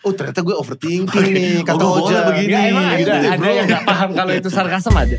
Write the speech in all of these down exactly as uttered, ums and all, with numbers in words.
Oh ternyata gue overthinking nih, kata oh, Oja. begini. Gak, emang ada, Gitu, ada bro. yang gak paham kalau itu sarkasm ada.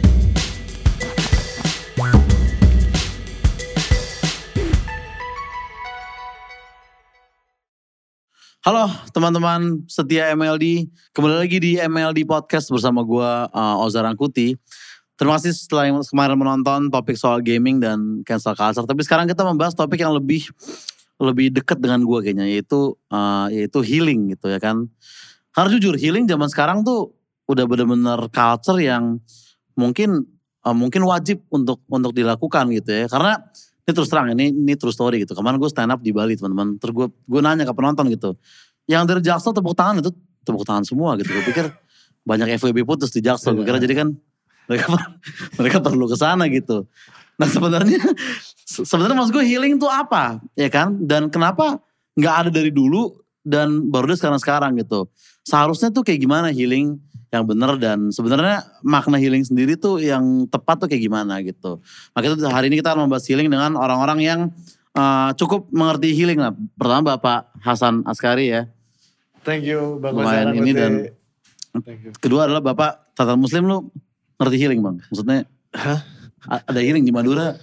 Halo teman-teman setia M L D, kembali lagi di M L D Podcast bersama gue uh, Oza Rangkuti. Terima kasih setelah yang kemarin menonton topik soal gaming dan cancel culture. Tapi sekarang kita membahas topik yang lebih lebih dekat dengan gue kayaknya, yaitu uh, yaitu healing gitu ya kan. Karena jujur healing zaman sekarang tuh udah bener-bener culture yang mungkin uh, mungkin wajib untuk untuk dilakukan gitu ya. Karena ini terus terang, ini ini true story gitu. Kemarin gue stand up di Bali teman-teman. Terus gue gue nanya ke penonton gitu. Yang dari Jaksel tepuk tangan itu tepuk tangan semua gitu. Gue pikir banyak F W B putus di Jaksel. Gue kira jadi kan mereka mereka perlu ke sana gitu. Nah sebenarnya sebenarnya maksud gue healing tuh apa, ya kan? Dan kenapa nggak ada dari dulu dan baru deh sekarang-sekarang gitu. Seharusnya tuh kayak gimana healing yang benar, dan sebenarnya makna healing sendiri tuh yang tepat tuh kayak gimana gitu. Makanya tuh hari ini kita akan membahas healing dengan orang-orang yang uh, cukup mengerti healing lah. Pertama Bapak Hasan Askari ya. Thank you Bapak Lumayan ini dan kedua adalah Bapak Tatan Muslim, lu ngerti healing bang? Maksudnya Hah? Ada healing di Madura.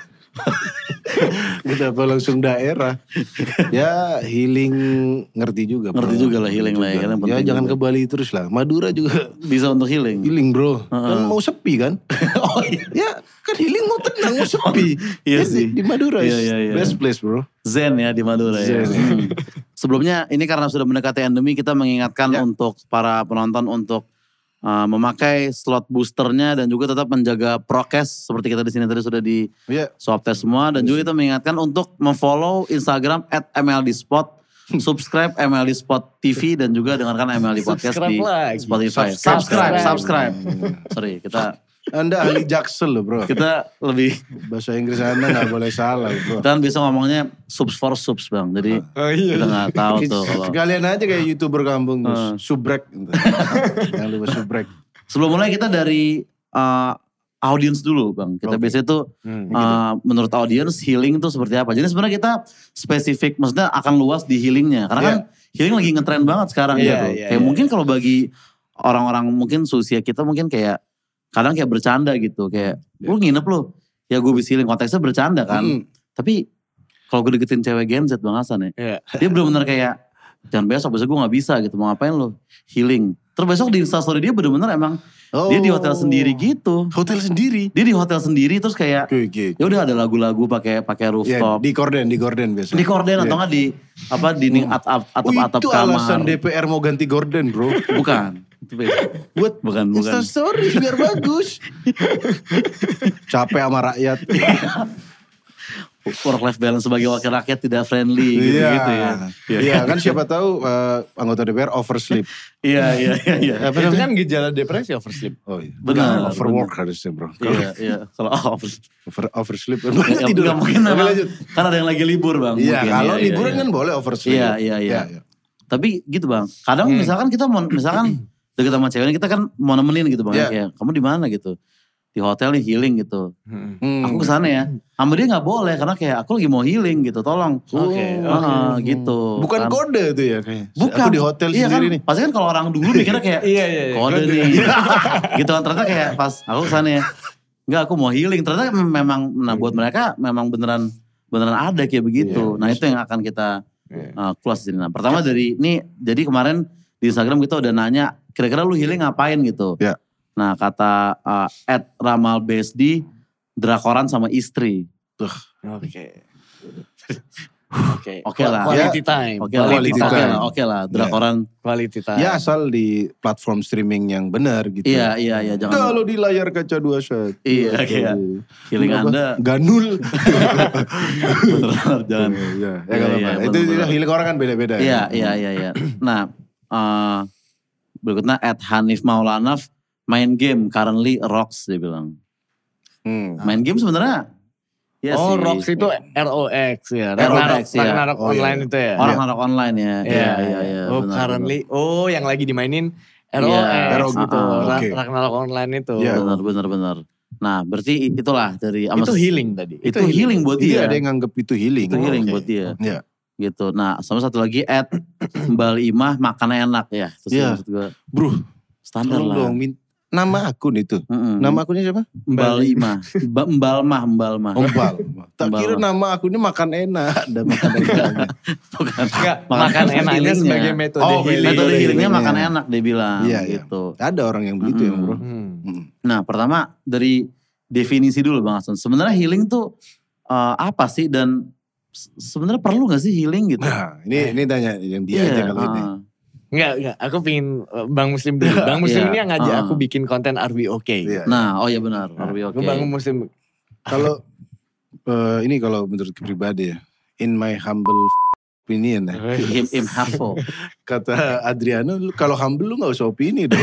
Kenapa langsung daerah? Ya healing ngerti juga. Ngerti bro. juga lah healing lah ya. Ya jangan ke Bali terus lah. Madura juga bisa untuk healing. healing bro. Uh-uh. Kan mau sepi kan? Oh iya. Ya kan healing mau tenang mau sepi. Iya Ya, sih. Di, di Madura Iya, is iya, iya. best place bro. Zen ya di Madura ya. Zen. Hmm. Sebelumnya ini karena sudah mendekati endemi, kita mengingatkan Ya. untuk para penonton untuk uh, memakai slot boosternya dan juga tetap menjaga prokes seperti kita di sini tadi sudah di Ya. swab test semua, dan juga kita mengingatkan untuk memfollow Instagram at M L D Spot, subscribe M L D Spot T V, dan juga dengarkan M L D Podcast Subscribe di lagi. Spotify. Subscribe. Subscribe, subscribe. Sorry, kita Anda ahli Jaksel loh bro. kita lebih Bahasa Inggris Anda gak boleh salah bro. kita kan biasa ngomongnya subs for subs bang, jadi Oh iya. kita nggak tahu tuh kalau. Sekalian aja kayak YouTuber kampung tuh. Uh. Subrek. Yang lupa subrek. Sebelum mulai kita dari uh, audience dulu bang. Kita Oke. biasanya tuh Hmm. uh, menurut audience healing itu seperti apa. Jadi sebenarnya kita spesifik, maksudnya akan luas di healingnya. Karena kan healing lagi ngetren banget sekarang Iya, gitu. iya, Kayak iya. mungkin kalau bagi orang-orang mungkin seusia kita mungkin kayak kadang kayak bercanda gitu. Kayak lu nginep lu. Ya gue bisa healing, konteksnya bercanda kan. Mm. Tapi kalau gue deketin cewek Gen Z Bang Hasan ya. Iya. Dia bener-bener kayak jangan besok, besok gue gak bisa gitu. Mau ngapain lu? Healing. Terus besok di instastory dia bener-bener emang dia di hotel sendiri gitu. Hotel sendiri? Dia di hotel sendiri terus kayak Oke, oke. ya udah ada lagu-lagu pakai pakai Ya, rooftop. di korden, di korden biasa. Di korden atau Ya. nggak di apa dinding atap atap Oh, atap itu kamar. alasan D P R mau ganti gorden bro. Bukan. Itu beda. Buat Bukan, bukan. Instastory biar bagus. Capek sama rakyat. Work life balance sebagai wakil rakyat tidak friendly gitu, Iya. gitu ya. Iya kan siapa tahu uh, anggota D P R oversleep. Iya iya iya iya. Apa Itu namanya? kan gejala depresi oversleep. Oh iya. Benar, Overwork harusnya bro. Kalau Iya iya. Kalau oh, over, oversleep. ya, tidur. nggak mungkin Oke, memang. lanjut. Kan ada yang lagi libur bang. Iya mungkin. kalau Iya, liburan iya, kan iya. boleh oversleep. Iya iya iya. iya. Tapi gitu bang. Kadang misalkan kita mau misalkan deket sama cewek kita kan mau nemenin gitu bang. Iya. Kayak kamu di mana gitu. Di hotel nih healing gitu. Hmm. Hmm. Aku kesana ya. Sama dia gak boleh karena kayak aku lagi mau healing gitu. Tolong. Oke, Ah, gitu. Bukan Kan. kode itu ya kayak. Bukan. Aku di hotel iya sendiri kan, nih. pasti kan kalau orang dulu mikirnya kayak Iya iya iya. kode nih. gitu kan, ternyata kayak pas aku kesana ya. Enggak, aku mau healing. Ternyata memang, nah buat mereka memang beneran beneran ada kayak begitu. Iya, nah itu yang akan kita Iya. uh, close di sini. Nah pertama dari ini, jadi kemarin di Instagram kita udah nanya, kira-kira lu healing ngapain gitu. Iya. Nah kata uh, at Ramal Besdi, drakoran sama istri. Oke. Oke. Oke lah. Quality time. Oke lah, Quality oke time. lah, oke lah, drakoran. Quality time. Ya asal di platform streaming yang benar gitu. Iya, iya, iya, jangan. Kalau di layar kaca dua set. Iya, kayak healing Apa? Anda. Ganul. Bener, jangan. Iya, ya Iya, kalau iya, apa. Itu bener-bener. healing orang kan beda-beda. Iya, ya. iya, iya, iya. Nah, eh, berikutnya at Hanif Maulanaf, main game currently rocks dia bilang. Hmm. Main game sebenarnya. Ya oh, sih. Rocks itu R O X ya. R O X, Ragnarok, ya. Ragnarok Oh, iya. online itu ya. Orang anak online ya. Iya, iya, iya. Oh, benar, currently. Oh, yang lagi dimainin R O X Iya, R O X, gitu. ah, Ra- oke. Ragnarok online itu. Iya. Benar, benar, benar. Nah, berarti itulah dari. Itu healing tadi. Itu healing buat Iya, dia. ada yang nganggap itu healing. Itu healing Oke. buat dia. Iya. gitu. Nah sama satu lagi at Mbak Imah makannya enak ya. Terus Iya. maksud gue Bro, standar tolong lah. dong, min- nama akun itu. Mm-mm. Nama akunnya siapa? Mbak Imah. Mba- Mbalmah, Mbalmah. Ombal. Tak Ombal. kira nama akunnya makan enak. Ada makan enaknya. Bukan. Enggak, Makan makan enaknya healingnya. sebagai metode Oh, healing. Metode Healing. healingnya Healingnya. makan enak dia bilang Iya, iya. gitu. Ada orang yang begitu Mm-mm. ya bro. Hmm. Mm. Nah pertama dari definisi dulu Bang Hasan. Sebenarnya healing tuh uh, apa sih dan se- sebenarnya perlu gak sih healing gitu? Nah ini ini tanya yang dia aja kalau ini. uh, Enggak, enggak. Aku pengen uh, Bang Muslim dulu. Bang Muslim Iya, ini yang ngajak uh. aku bikin konten Are We Okay. Iya. Nah oh iya benar. Nah, Are we aku okay? Bang Muslim. Kalau eh, ini kalau menurut pribadi ya, in my humble opinion ya, Im, im Hafo. kata Adriano, lu kalau humble lu nggak usah opini dong.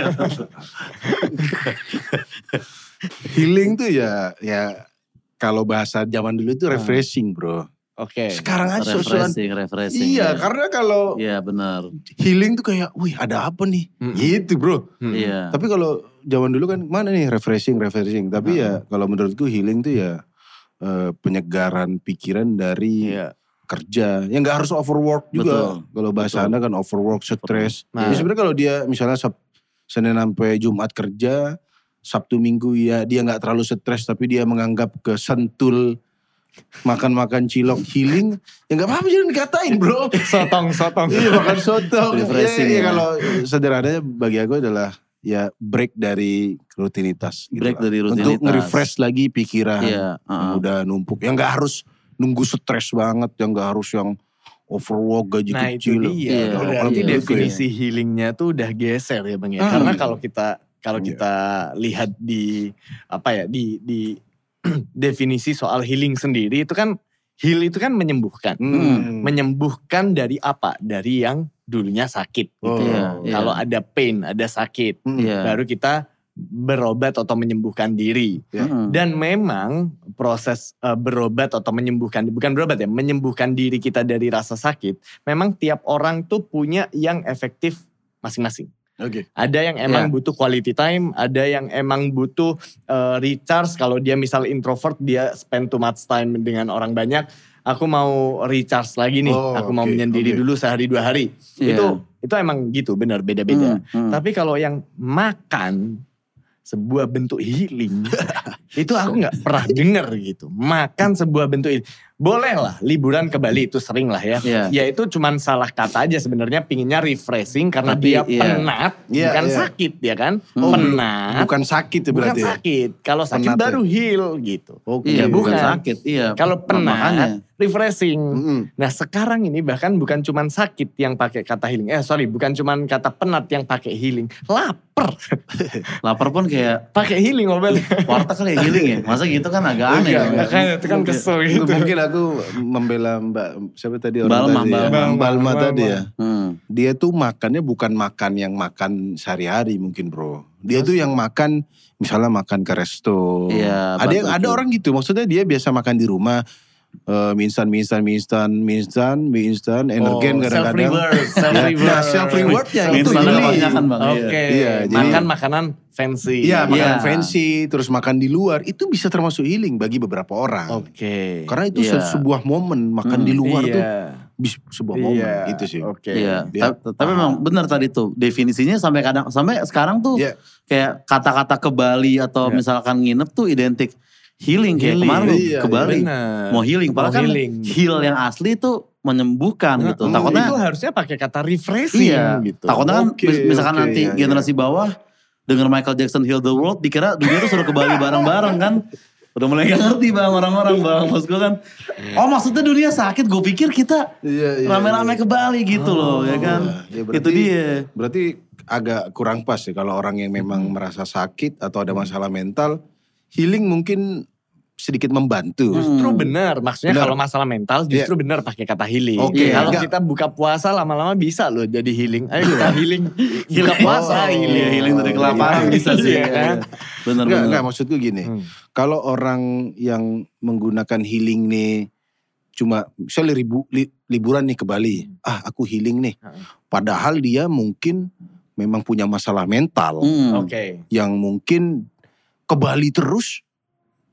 Healing tuh ya, ya kalau bahasa zaman dulu itu refreshing bro. Oke. Sekarang aja sosokan. Refreshing, refreshing. Iya, ya. karena kalau Iya benar. healing tuh kayak, wih ada apa nih? Mm-mm. Gitu bro. Hmm. Iya. Tapi kalau zaman dulu kan mana nih refreshing, refreshing. Tapi ya kalau menurutku healing tuh ya eh, penyegaran pikiran dari Iya. kerja. Ya nggak harus overwork juga. Betul. Kalau bahasa Betul. Anda kan overwork, stres. Nah. Jadi sebenarnya kalau dia misalnya Sab, Senin sampai Jumat kerja, Sabtu Minggu ya dia nggak terlalu stres tapi dia menganggap kesentul makan-makan cilok healing, ya nggak apa-apa jangan dikatain bro. Sotong, sotong. Iya makan soto. Refreshing ya, ya, ya. kalau sederhananya bagi aku adalah ya break dari rutinitas. gitu Break lah. dari Untuk rutinitas. nge-refresh lagi pikiran Iya. yang uh-uh. udah numpuk. Yang nggak harus nunggu stres banget, yang nggak harus yang overwork gaji Nah itu kecil. dia. Iya, Berarti kalau begitu definisi healingnya tuh udah geser ya Bang ya. Hmm. Karena kalau kita kalau Iya. kita lihat di apa ya di di definisi soal healing sendiri itu kan heal itu kan menyembuhkan. Hmm. Menyembuhkan dari apa? Dari yang dulunya sakit gitu. Oh, Iya, iya. Kalau ada pain, ada sakit, Hmm. Iya. baru kita berobat atau menyembuhkan diri. Ya. Mm-mm. Dan memang proses uh, berobat atau menyembuhkan, bukan berobat ya, menyembuhkan diri kita dari rasa sakit, memang tiap orang tuh punya yang efektif masing-masing. Oke. Ada yang emang Ya. butuh quality time, ada yang emang butuh uh, recharge. Kalau dia misal introvert, dia spend too much time dengan orang banyak. Aku mau recharge lagi nih, Oh, aku mau oke, menyendiri oke. dulu sehari dua hari. Iya. Itu itu emang gitu, benar beda-beda. Mm, mm. Tapi kalau yang makan sebuah bentuk healing, itu aku nggak pernah denger gitu. Makan sebuah bentuk healing. Boleh lah liburan ke Bali itu sering lah ya. Iya. Ya itu cuman salah kata aja sebenarnya pinginnya refreshing karena Tapi, dia iya. penat, Iya, bukan iya. sakit ya kan. Oh, penat, Bukan sakit ya bukan berarti ya? sakit. Kalau sakit Penat ya? baru heal gitu. Oke. Iya bukan bukan. sakit. Iya. Kalau Makanya. penat, refreshing. Mm-mm. Nah sekarang ini bahkan bukan cuman sakit yang pakai kata healing. Eh sorry, bukan cuman kata penat yang pakai healing. Lapar, Lapar pun kayak pakai healing mobilnya. warteg kali ya healing ya. Masa gitu kan agak aneh. Enggak, ya. makanya itu kan kesel gitu. Mungkin aku membela Mbak, siapa tadi orang Balma, tadi ya? Balma. Mbak Balma Balma. tadi ya. Hmm. Dia tuh makannya bukan makan yang makan sehari-hari mungkin bro. Dia tuh yang makan misalnya makan ke resto. Iya, Ada yang ada barbecue. orang gitu. Maksudnya dia biasa makan di rumah. eh, mie instan, mie instan, mie instan, mie instan, mie instan, energen Oh, kadang-kadang. self-reward, self-reward. Nah, self-rewardnya Mie itu instan ini. kebanyakan bang. Iya. Oke, Iya, jadi- makan makanan fancy. Iya, makanan Iya. fancy, terus makan di luar. Itu bisa termasuk healing bagi beberapa orang. Oke. Karena itu Iya. se- sebuah momen. Makan Hmm, di luar tuh Iya. bis- sebuah momen Iya. gitu sih. Oke. Iya, Dia- Ta- tapi memang benar tadi tuh definisinya sampai kadang sampai sekarang tuh Iya. kayak kata-kata ke Bali atau Iya. misalkan nginep tuh identik healing kayak Healing. kemarin tuh Iya, ke iya. Bali Benar. mau healing Mau padahal kan healing. heal yang asli itu menyembuhkan Nah, gitu. hmm, Takutnya itu harusnya pakai kata refreshing iya, gitu. takutnya kan Oke, mis- misalkan oke, nanti iya, iya. generasi bawah denger Michael Jackson Heal the World dikira dunia tuh suruh ke Bali bareng-bareng kan. Udah mulai gak ngerti bang orang-orang bang. Maksud gue kan, oh maksudnya dunia sakit gue pikir kita Iya, iya, rame-rame ke Bali gitu loh ya kan. Ya, berarti- Itu dia. Berarti agak kurang pas ya kalau orang yang memang merasa sakit atau ada masalah mental, healing mungkin sedikit membantu. Justru benar, maksudnya Benar. kalau masalah mental justru benar pakai kata healing. Oke, Kalau enggak. kita buka puasa lama-lama bisa loh jadi healing. Ayo kita healing, buka Oh, puasa healing. Iya, healing dari kelaparan Iya, bisa sih. iya kan? Enggak, Bener-bener. enggak maksudku gini. Hmm. Kalau orang yang menggunakan healing nih cuma misalnya ribu, li- liburan nih ke Bali. Ah, aku healing nih. Heeh. Padahal dia mungkin memang punya masalah mental Hmm. Oke. yang mungkin ke Bali terus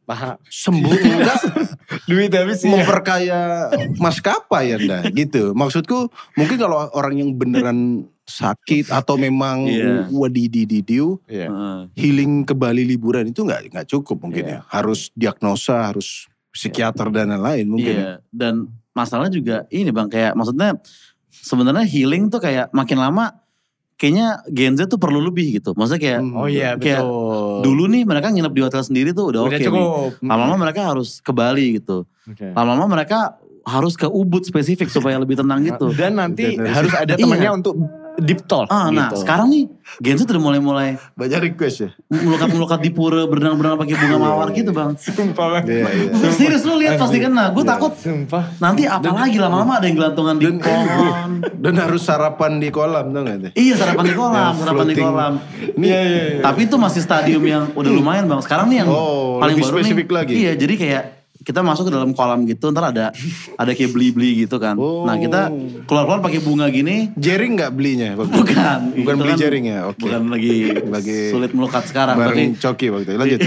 Paham. sembuh enggak Duit habis ya. memperkaya maskapai Anda gitu. Maksudku mungkin kalau orang yang beneran sakit atau memang Iya. wadidididiu Iya. Heeh. healing ke Bali liburan itu nggak nggak cukup mungkin Iya. ya. Harus diagnosa, harus psikiater dan lain-lain mungkin. Iya. Ya. Dan masalahnya juga ini bang, kayak maksudnya sebenarnya healing tuh kayak makin lama kayaknya Gen Z tuh perlu lebih gitu. Maksudnya kayak Hmm. Oh iya Kayak betul. dulu nih mereka nginep di hotel sendiri tuh udah, Udah oke nih. cukup. Lama-lama mereka harus ke Bali gitu. Oke. Lama-lama mereka harus ke Ubud spesifik supaya lebih tenang gitu. Dan nanti Dan- harus ada Iya. temannya untuk deep talk Ah, nah gitu. sekarang nih Gen Z udah mulai-mulai Banyak request ya. melukat-melukat di pura, berenang-berenang pakai bunga mawar gitu bang. Sumpah Iya, iya. Serius lu lihat pasti kena. Gue takut Sumpah. nanti apalagi lama-lama ada yang gelantungan di Dan- pohon. Dan harus sarapan di kolam tuh nggak? Iya sarapan di kolam, Yang sarapan di floating. kolam. Iya iya iya. Tapi itu masih stadium yang udah lumayan bang. Sekarang nih yang Oh, paling lebih baru spesifik nih. lagi. Iya jadi kayak kita masuk ke dalam kolam gitu, ntar ada ada kayak beli-beli gitu kan. Oh. Nah kita keluar-keluar pakai bunga gini. Jaring nggak belinya? waktu itu? Bukan. Bukan Itu beli kan jaring ya? Oke. Bukan lagi, Lagi sulit melukat sekarang. Bareng Tapi Coki waktu itu. Lanjut.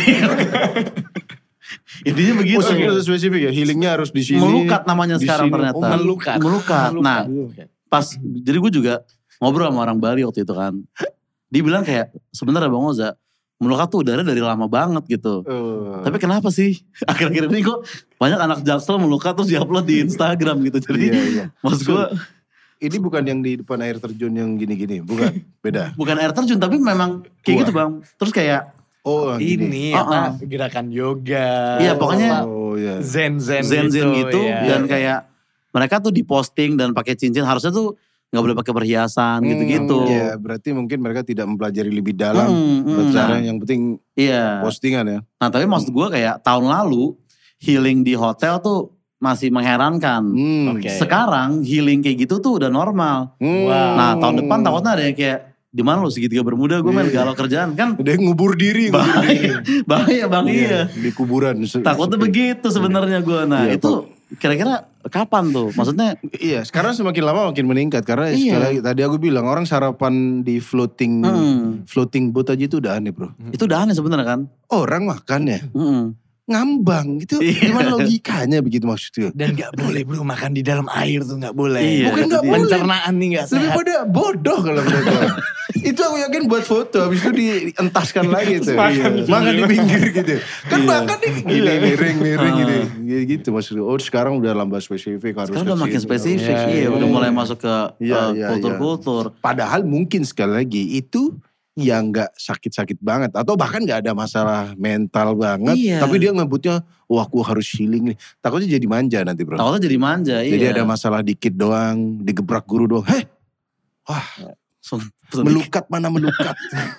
intinya begitu. Oh, sebenarnya spesifik ya. Healingnya harus di sini. Melukat namanya di sekarang sini. ternyata. Oh, melukat. Melukat. Nah Oke. pas, jadi gue juga ngobrol sama orang Bali waktu itu kan. Dia bilang kayak, sebenarnya Bang Oza, melukat tuh udara dari lama banget gitu. Oh. Tapi kenapa sih akhir-akhir ini kok banyak anak Jaksel melukat terus diupload di Instagram gitu. Jadi Iya, iya. maksud gue Ini bukan yang di depan air terjun yang gini-gini. Bukan. Beda. bukan air terjun tapi memang kayak Wah. gitu Bang. Terus kayak Oh gini. Ini Oh, apa oh. gerakan yoga. Iya, pokoknya Oh iya. zen-zen zen-zen gitu, ya. dan kayak mereka tuh diposting dan pakai cincin, harusnya tuh nggak boleh pakai perhiasan gitu-gitu. Hmm, Iya, berarti mungkin mereka tidak mempelajari lebih dalam. Hmm, hmm, Cara nah, yang penting iya. postingan ya. Nah tapi maksud gue kayak tahun lalu healing di hotel tuh masih mengherankan. Hmm. Oke. Sekarang healing kayak gitu tuh udah normal. Hmm. Wow. Nah tahun depan takutnya ada yang kayak di mana lu segitiga bermuda gue main Iya. galau kerjaan kan Ada yang ngubur diri. ngubur diri. bahaya bang iya. Di kuburan. Takutnya begitu sebenarnya gue. Nah Iya, itu kira-kira kapan tuh? Maksudnya Iya, sekarang semakin lama makin meningkat karena Iya. sekali lagi tadi aku bilang orang sarapan di floating hmm, floating boat aja itu udah aneh, Bro. itu udah aneh sebenarnya kan. Orang makan ya Hmm. ngambang itu Iya. gimana logikanya begitu maksudnya? Dan gak boleh bro makan di dalam air tuh gak boleh. Iya, Bukan itu nggak dia. boleh. Pencernaan nih gak Lebih sehat. pada bodoh kalau mereka. Itu aku yakin buat foto habis itu dientaskan lagi tuh. Makan Iya. di pinggir. Makan di pinggir gitu. Kan Iya. makan nih gini miring-miring Ah. gitu. Gitu maksudnya. Oh sekarang udah lambah spesifik harus Sekarang udah ke makin sini. spesifik, Iya, iya, iya, udah iya. mulai masuk ke Iya, eh, iya, kultur-kultur. Padahal mungkin sekali lagi itu yang gak sakit-sakit banget. Atau bahkan gak ada masalah mental banget. Iya. Tapi dia ngebutnya, wah aku harus healing nih. Takutnya jadi manja nanti bro. Takutnya jadi manja, Jadi iya. ada masalah dikit doang, digebrak guru doang. Heh, Langsung- langsung melukat mana melukat.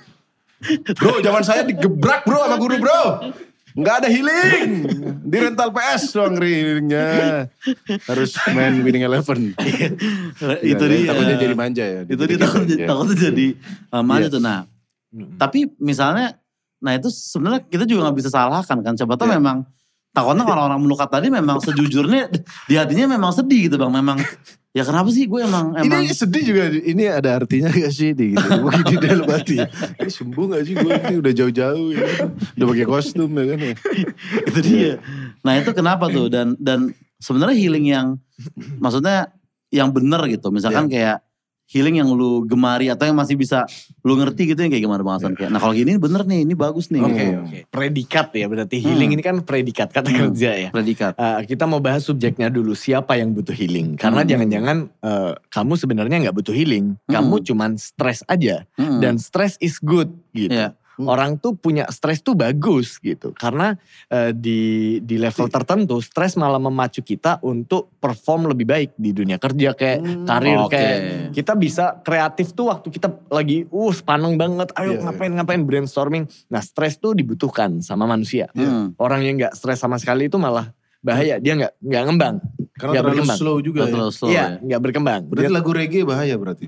Bro, zaman saya digebrak bro sama guru bro. Nggak ada healing. Di rental P S doang healingnya. Harus main Winning Eleven. itu Ya, dia. Takutnya jadi manja ya. Itu dia takutnya, Ya. takutnya jadi uh, manja Iya. tuh. Nah, Hmm. tapi misalnya, nah itu sebenarnya kita juga nggak bisa salahkan kan. Siapa tahu Iya. memang takutnya kalau orang melukat tadi memang sejujurnya di hatinya memang sedih gitu bang. Memang ya kenapa sih gue emang emang Ini sedih juga. Ini ada artinya gak sih? Di, gitu. Mungkin di dalam hati. Ini sembuh gak sih gue ini udah jauh-jauh ya. Udah pakai kostum ya kan ya. itu dia. Nah itu kenapa tuh? Dan dan sebenarnya healing yang maksudnya yang benar gitu. Misalkan kayak healing yang lu gemari atau yang masih bisa lu ngerti gitu yang kayak gimana Bang Hasan kayak. Nah kalau gini bener nih, ini bagus nih. Oke gitu. oke. Predikat ya berarti healing Hmm. ini kan predikat kata Hmm. kerja ya. Predikat. Uh, kita mau bahas subjeknya dulu, siapa yang butuh healing. Karena Hmm. jangan-jangan uh, kamu sebenarnya gak butuh healing. Kamu Hmm. cuman stres aja. Mm-mm. Dan stres is good gitu. Iya. Hmm. Orang tuh punya stres tuh bagus gitu. Karena uh, di di level tertentu stres malah memacu kita untuk perform lebih baik di dunia kerja kayak Hmm. karir Oke. kayak. Kita bisa kreatif tuh waktu kita lagi uh sepaneng banget. Ayo Iya, ngapain-ngapain brainstorming. Nah stres tuh dibutuhkan sama manusia. Hmm. Orang yang gak stres sama sekali itu malah bahaya. Dia gak, gak ngembang. Karena Nggak terlalu berkembang. slow juga Nggak ya. terlalu slow Iya ya. gak berkembang. Berarti Dia- lagu reggae bahaya berarti.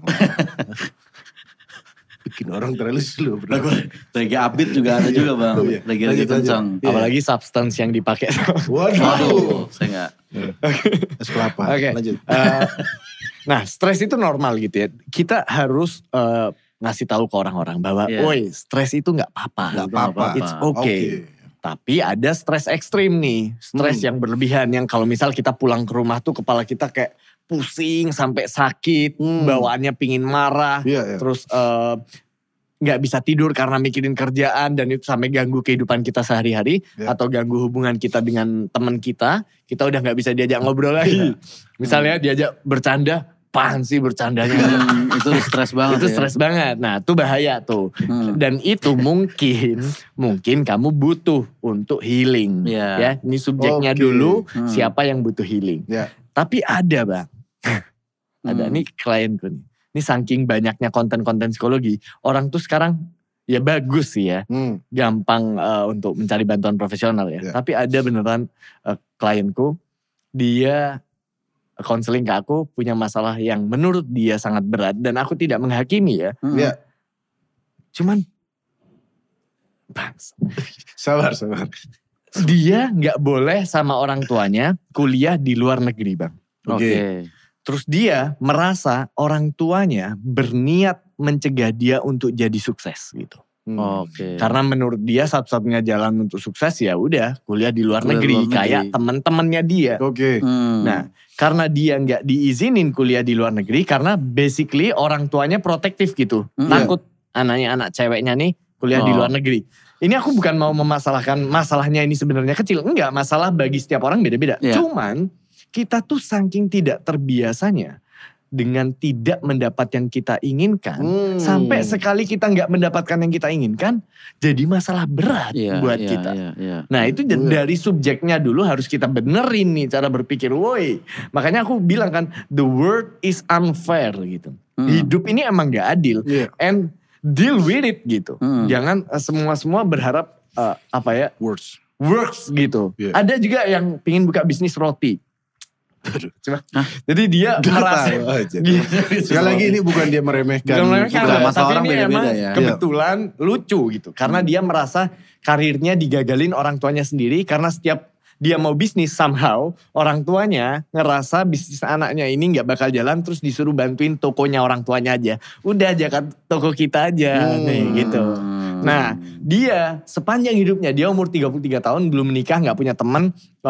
Bikin orang terlalu slow. Bro. Lagu reggae upbeat juga ada juga Bang. Oh, iya. Reggae Lanjut, lanjut. kencang. Iya. apalagi substance yang dipakai. Waduh. Waduh, saya enggak. Es kelapa. Oke. Lanjut. Eh, nah, stres itu normal gitu ya. Kita harus eh, ngasih tahu ke orang-orang bahwa, Iya. woi, stres itu nggak apa-apa. Gak itu nggak apa-apa. apa-apa. It's okay. Tapi ada stres ekstrim nih. Stres Hmm. yang berlebihan. Yang kalau misal kita pulang ke rumah tuh kepala kita kayak pusing sampai sakit. Hmm. Bawaannya pingin marah. Iya, iya. Terus eh, nggak bisa tidur karena mikirin kerjaan. Dan itu sampai ganggu kehidupan kita sehari-hari. Iya. Atau ganggu hubungan kita dengan teman kita. Kita udah gak bisa diajak ngobrol lagi. Misalnya diajak bercanda. Apaan sih bercandanya? Hmm, itu stres banget Itu ya. stres banget. Nah itu bahaya tuh. Hmm. Dan itu mungkin, mungkin kamu butuh untuk healing. Iya. Ya, ini subjeknya Oke. dulu Hmm. siapa yang butuh healing. Ya. Tapi ada bang. Ada Hmm. nih klienku nih. Ini saking banyaknya konten-konten psikologi. Orang tuh sekarang ya bagus sih ya. Hmm. Gampang uh, untuk mencari bantuan profesional ya. Ya. Tapi ada beneran uh, klienku. Dia konseling ke aku punya masalah yang menurut dia sangat berat. Dan aku tidak menghakimi ya. Hmm. Ya. Cuman bangsa. Sabar, sabar. Dia gak boleh sama orang tuanya kuliah di luar negeri bang. Oke. Oke. Terus dia merasa orang tuanya berniat mencegah dia untuk jadi sukses gitu. Hmm. Oke. Karena menurut dia satu-satunya jalan untuk sukses ya udah kuliah di luar Kuliah di negeri. luar negeri. Kayak teman-temannya dia. Oke. Hmm. Nah karena dia gak diizinin kuliah di luar negeri. Karena basically orang tuanya protektif gitu. Hmm. Takut anaknya anak ceweknya nih kuliah di Oh. luar negeri. Ini aku bukan mau memasalahkan masalahnya ini sebenarnya kecil. Enggak, masalah bagi setiap orang beda-beda. Iya. Cuman kita tuh saking tidak terbiasanya dengan tidak mendapat yang kita inginkan. Hmm. Sampai sekali kita nggak mendapatkan yang kita inginkan, jadi masalah berat Iya, buat iya, kita. iya, iya. Nah itu j- Iya. dari subjeknya dulu harus kita benerin nih cara berpikir. Woi, makanya aku bilang kan, the world is unfair gitu. Hmm. Hidup ini emang gak adil. Iya. And deal with it gitu. Hmm. Jangan eh, semua-semua berharap eh, apa ya, Words. works gitu. Iya. Ada juga yang pingin buka bisnis roti. Cuma, jadi dia merasa Tahu aja. Sekali lagi ini bukan dia meremehkan. Bukan mereka, bukan, tapi masalah orang ini beda-beda emang ya. kebetulan lucu gitu. Karena dia merasa karirnya digagalin orang tuanya sendiri. Karena setiap dia mau bisnis somehow, orang tuanya ngerasa bisnis anaknya ini gak bakal jalan. Terus disuruh bantuin tokonya orang tuanya aja. Udah jaga toko kita aja Hmm. nih gitu. Nah dia sepanjang hidupnya, dia umur tiga puluh tiga tahun belum menikah, gak punya teman.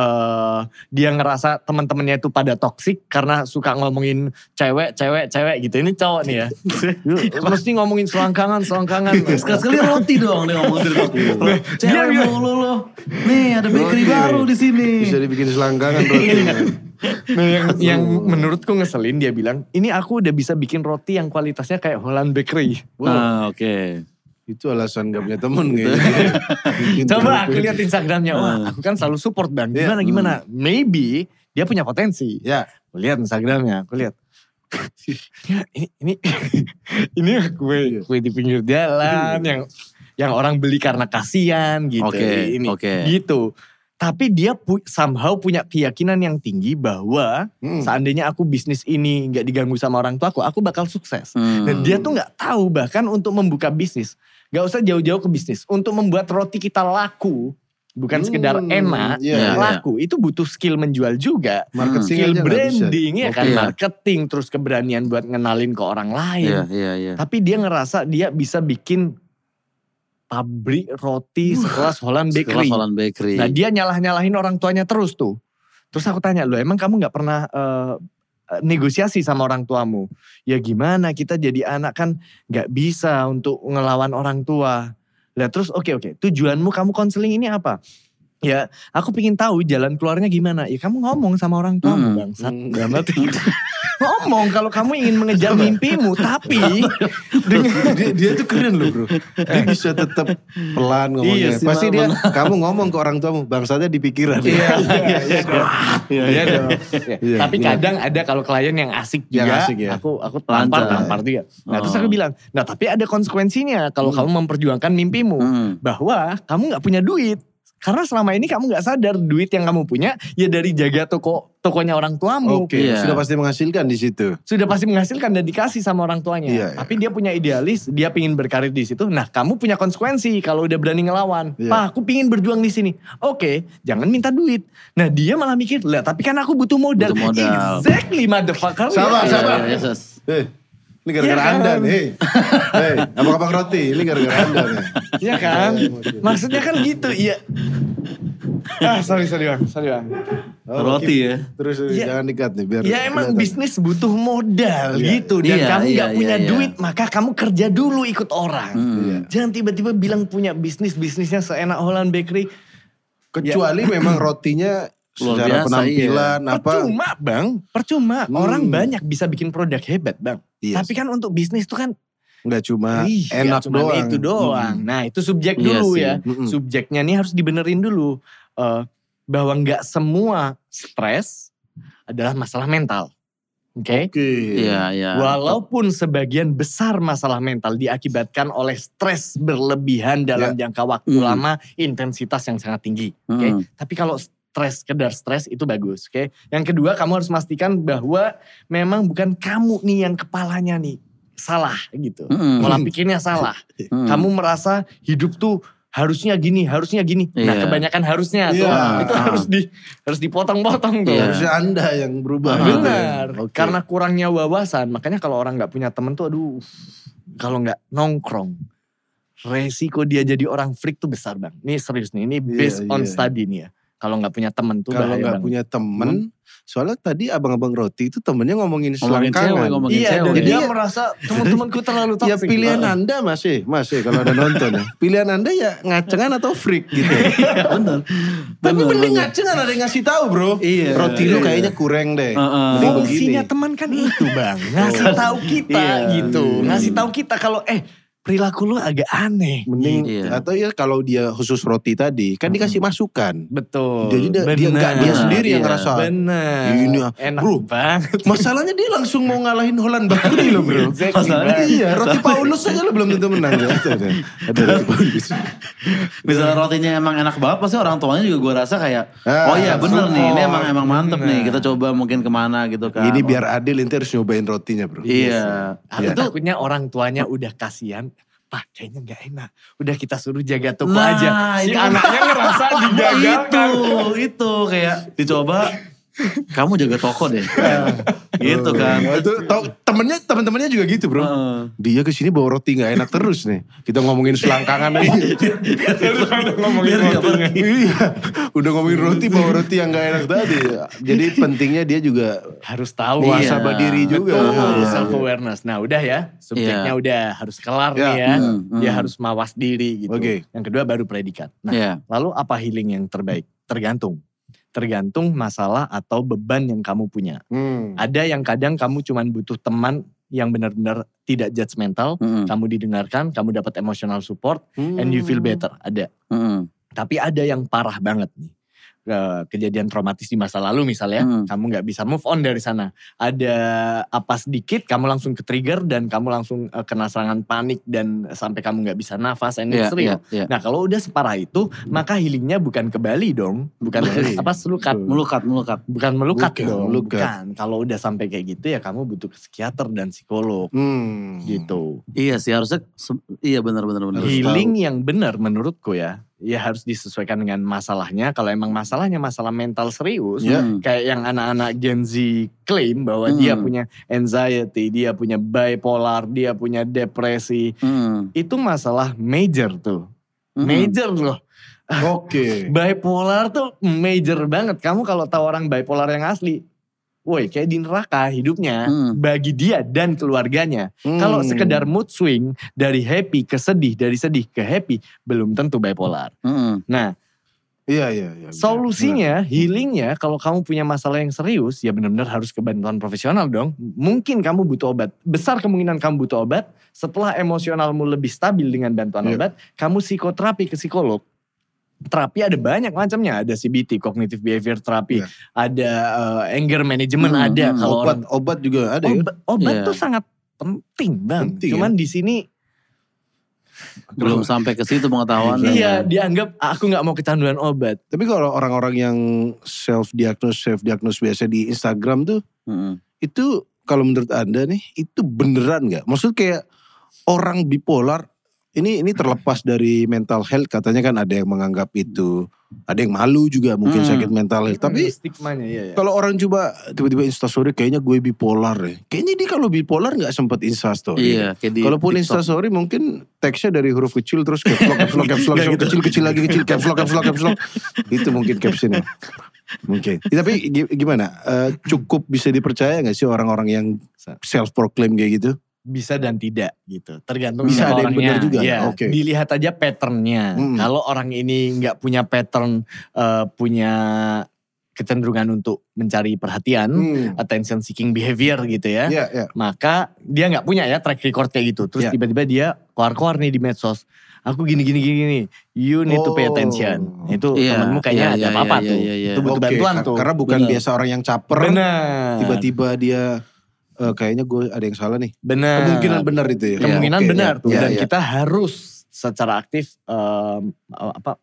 Uh, dia ngerasa teman-temannya itu pada toksik karena suka ngomongin cewek, cewek, cewek gitu. Ini cowok nih ya. Mesti ngomongin selangkangan, selangkangan. Sekali-sekali roti dong dia ngomong dari roti. Cewek Dia- mulu lo. Nih ada bakery Roti baru nih. di sini. Bisa dibikin selangkangan roti. Nah, yang, yang menurutku ngeselin dia bilang, ini aku udah bisa bikin roti yang kualitasnya kayak Holland Bakery. Ah, oke. Itu alasan gak punya temen gitu. Coba aku lihat Instagramnya, wah aku kan selalu support bang. Gimana gimana? Maybe dia punya potensi. Ya. Aku lihat Instagramnya, aku lihat. Ya, ini ini ini kue kue di pinggir jalan yang yang orang beli karena kasihan gitu. Oke, ini oke. gitu. Tapi dia pu- somehow punya keyakinan yang tinggi bahwa Hmm. seandainya aku bisnis ini nggak diganggu sama orang tua aku, aku bakal sukses. Hmm. Dan dia tuh nggak tahu bahkan untuk membuka bisnis, nggak usah jauh-jauh ke bisnis, untuk membuat roti kita laku, bukan Hmm, sekedar enak, iya, laku. Itu butuh skill menjual juga, Marketing skill aja nggak branding bisa. ya kan, Oke. marketing, terus keberanian buat ngenalin ke orang lain. Iya, iya, iya. Tapi dia ngerasa dia bisa bikin pabrik roti sekelas Holland Bakery. Sekelas Holland Bakery. Nah dia nyalah-nyalahin orang tuanya terus tuh. Terus aku tanya, loh emang kamu gak pernah uh, negosiasi sama orang tuamu? Ya gimana, kita jadi anak kan gak bisa untuk ngelawan orang tua. Lah terus oke oke, tujuanmu kamu konseling ini apa? Ya aku pengen tahu jalan keluarnya gimana. Ya kamu ngomong sama orang tuamu Hmm. bangsat. Hmm. Dalam hati. Ngomong kalau kamu ingin mengejar mimpimu. Tapi dengan dia, dia tuh keren loh bro. Dia bisa tetap pelan ngomongnya. Iya sih, Pasti dia, benar. kamu ngomong ke orang tuamu, bangsatnya di pikiran. Iya, iya, iya. Iya, Iya dong. Iya, Tapi iya. kadang ada kalau klien yang asik Yang juga, asik ya. aku aku tampar Lancar. tampar juga. Nah terus Oh. aku bilang, nah tapi ada konsekuensinya kalau Hmm. kamu memperjuangkan mimpimu, Hmm. bahwa kamu nggak punya duit. Karena selama ini kamu nggak sadar duit yang kamu punya ya dari jaga toko tokonya orang tuamu. Oke, Iya. sudah pasti menghasilkan di situ. Sudah pasti menghasilkan dan dikasih sama orang tuanya. Iya, iya. Tapi dia punya idealis, dia pingin berkarir di situ. Nah, kamu punya konsekuensi kalau udah berani ngelawan. Iya. Pak, aku pingin berjuang di sini. Oke, jangan minta duit. Nah, dia malah mikir, lah tapi kan aku butuh modal. Butuh modal. Exactly, motherfucker. Sabar, Ya, sabar. Iya, iya, yes. Eh, ini gara-gara Iya kan? anda nih. Hei, abang-abang roti, ini gara-gara anda nih. Iya kan? Maksudnya kan gitu. Iya. Ah, sorry, sorry bang, sorry bang. Oh, Roti oke. ya. Terus Ya. jangan dikat nih biar Ya emang kelihatan. bisnis butuh modal Iya. gitu. Dan Iya, kamu iya, gak punya iya, iya. duit, maka kamu kerja dulu ikut orang. Hmm. Jangan tiba-tiba bilang punya bisnis, bisnisnya seenak Holland Bakery. Kecuali memang rotinya Luar secara biasa, penampilan apa. Percuma bang, percuma. Hmm. Orang banyak bisa bikin produk hebat bang. Iya Tapi sih. kan untuk bisnis tuh kan Nggak cuma ih, enak nggak cuma doang. itu doang. Mm. Nah itu subjek Iya dulu sih. ya. Mm-mm. Subjeknya nih harus dibenerin dulu. Eh, bahwa nggak semua stres adalah masalah mental. Oke. Oke. Iya, iya. Walaupun sebagian besar masalah mental diakibatkan oleh stres berlebihan dalam jangka waktu Mm. lama, intensitas yang sangat tinggi. Oke. Mm. Tapi kalau stres, sekedar stres itu bagus. Oke. Yang kedua kamu harus memastikan bahwa memang bukan kamu nih yang kepalanya nih salah gitu. Mm. Pola pikirnya salah. Mm. Kamu merasa hidup tuh harusnya gini, harusnya gini. Nah Iya. kebanyakan harusnya tuh. Iya. Itu harus di harus dipotong-potong tuh. Iya. Harusnya Anda yang berubah. Ah, gitu ya. Benar. Oke. Karena kurangnya wawasan. Makanya kalau orang gak punya temen tuh aduh. Kalau gak nongkrong. Resiko dia jadi orang freak tuh besar bang. Ini serius nih. Ini based Iya, on iya. study nih ya. Kalau gak punya temen tuh Kalau bahaya nggak banget. punya temen, soalnya tadi abang-abang roti itu temennya ngomongin Ngomongin cewek, selangkangan. ngomongin Iya dan cewek. dia Jadi- merasa teman-temanku terlalu toxic. Ya pilihan Heeh. Anda masih, masih kalau ada nonton ya. Pilihan Anda ya ngacengan atau freak gitu. Iya bener. Tapi Bener, mending bener. ngacengan ada yang ngasih tahu bro. Iya. Roti lu Iya. kayaknya kurang deh. Heeh. Mending Fungsinya begini. teman kan itu bang. Ngasih tahu kita Iya. gitu. Hmm. Ngasih tahu kita kalau eh perilaku lu agak aneh. Mending Iya. atau ya kalau dia khusus roti tadi kan dikasih masukan. Betul. Jadi dia, dia nggak dia Benar, sendiri yang iya. ngerasa. Bener. Ini, enak bro. banget. Masalahnya dia langsung mau ngalahin Holland Bakery loh bro. Exactly, Masalahnya Bang. Iya, roti Paulus aja lo belum tentu menang. Ya. Ada, ada roti Paulus. Misalnya rotinya emang enak banget, pasti orang tuanya juga gue rasa kayak, Ah, oh iya bener nih, ini emang emang mantep Bener. nih, kita coba mungkin kemana gitu kan. Ini biar adil nanti harus nyobain rotinya bro. Iya. Aku Iya. takutnya orang tuanya udah kasihan. Pak kayaknya gak enak. Udah kita suruh jaga toko Nah, aja. Si itu- anaknya ngerasa digagalkan. Itu, itu kayak dicoba, kamu jaga toko deh. Gitu kan. Oh, itu tau, temennya temen-temennya juga gitu bro. Heeh. Dia kesini bawa roti nggak enak terus nih. Kita ngomongin selangkangan aja. ngomongin Biar nggak rotinya. Iya, udah ngomongin roti bawa roti yang nggak enak tadi. Jadi pentingnya dia juga Harus tahu. muhasabah Iya. diri juga. Betul, Iya. self awareness. Nah udah ya, subjeknya Iya. udah harus kelar Ya. nih ya. Hmm, Dia hmm. harus mawas diri gitu. Oke. Yang kedua baru predikat. Nah Iya. lalu apa healing yang terbaik? Tergantung. Tergantung masalah atau beban yang kamu punya. Hmm. Ada yang kadang kamu cuman butuh teman yang benar-benar tidak judgmental. Mm-mm. Kamu didengarkan, kamu dapat emotional support, and you feel better. Ada. Mm-mm. Tapi ada yang parah banget nih. Ke- Kejadian traumatis di masa lalu misalnya, Hmm. kamu gak bisa move on dari sana. Ada apa sedikit, kamu langsung ke trigger dan kamu langsung eh, kena serangan panik dan sampai kamu gak bisa nafas, and Iya, it's real. iya, iya. Nah kalau udah separah itu, maka healingnya bukan ke Bali dong. Bukan Bali. apa selukat. Betul. Melukat, melukat. Bukan melukat Bukan, dong. melukat. Bukan. Kalau udah sampai kayak gitu ya kamu butuh ke psikiater dan psikolog. Hmm. Gitu. Iya sih harusnya, se- iya benar-benar benar. Harus Healing yang benar menurutku ya, ya harus disesuaikan dengan masalahnya. Kalau emang masalahnya masalah mental serius, Ya. Hmm. kayak yang anak-anak Gen Z klaim bahwa Hmm. dia punya anxiety, dia punya bipolar, dia punya depresi. Hmm. Itu masalah major tuh. Hmm. Major loh. Oke. Bipolar tuh major banget. Kamu kalau tahu orang bipolar yang asli, woi kayak di neraka hidupnya Hmm. bagi dia dan keluarganya. Hmm. Kalau sekedar mood swing dari happy ke sedih, dari sedih ke happy, belum tentu bipolar. Hmm. Nah, Iya, iya, iya. solusinya, healingnya kalau kamu punya masalah yang serius, ya benar-benar harus ke bantuan profesional dong. Mungkin kamu butuh obat. Besar kemungkinan kamu butuh obat. Setelah emosionalmu lebih stabil dengan bantuan Iya. obat, kamu psikoterapi ke psikolog. Terapi ada banyak macamnya. Ada C B T, Cognitive Behavior Therapy. Iya. Ada eh, anger management, Hmm, ada. hmm. Kalau Obat, orang obat juga ada ya. obat, obat Iya. tuh sangat penting bang. Penting, Cuman di sini Belum sampai ke situ pengetahuan. iya dianggap aku nggak mau kecanduan obat. Tapi kalau orang-orang yang self diagnose, self diagnose biasa di Instagram tuh, Hmm. itu kalau menurut Anda nih, itu beneran nggak? Maksud kayak orang bipolar ini ini terlepas dari mental health, katanya kan ada yang menganggap itu, ada yang malu juga mungkin Hmm. sakit mental health. Tapi stigmanya ya. ya. kalau orang coba tiba-tiba instastory kayaknya gue bipolar ya. Kayaknya dia kalau bipolar gak sempet instastory. Iya, kayak di Kalaupun TikTok. instastory mungkin teksnya dari huruf kecil terus caps lock, caps lock, caps lock, Nggak gitu. kecil, kecil lagi, kecil, caps lock, caps lock, caps lock. Itu mungkin captionnya. Mungkin. Tapi gi- gimana? Eh, cukup bisa dipercaya gak sih orang-orang yang self-proclaim kayak gitu? Bisa dan tidak gitu. Tergantung Bisa sama ada yang orangnya. benar juga? Ya, Oke. dilihat aja patternnya. Mm. Kalau orang ini nggak punya pattern, eh, punya kecenderungan untuk mencari perhatian, Hmm. attention seeking behavior gitu ya. Iya, iya. Maka dia nggak punya ya track record kayak gitu. Terus Ya. tiba-tiba dia keluar-keluar nih di medsos. Aku gini gini gini gini. You need to pay Oh. attention. Itu Iya, temenmu kayaknya iya, ada iya, apa-apa iya, tuh. iya, iya. Itu butuh Oke, bantuan kar- tuh. Karena bukan Benar. biasa orang yang caper. Benar. Tiba-tiba dia eh, kayaknya gue ada yang salah nih. Benar. Kemungkinan benar itu ya. Kemungkinan Oke, benar ya, tuh. ya, Dan ya. kita harus secara aktif em, apa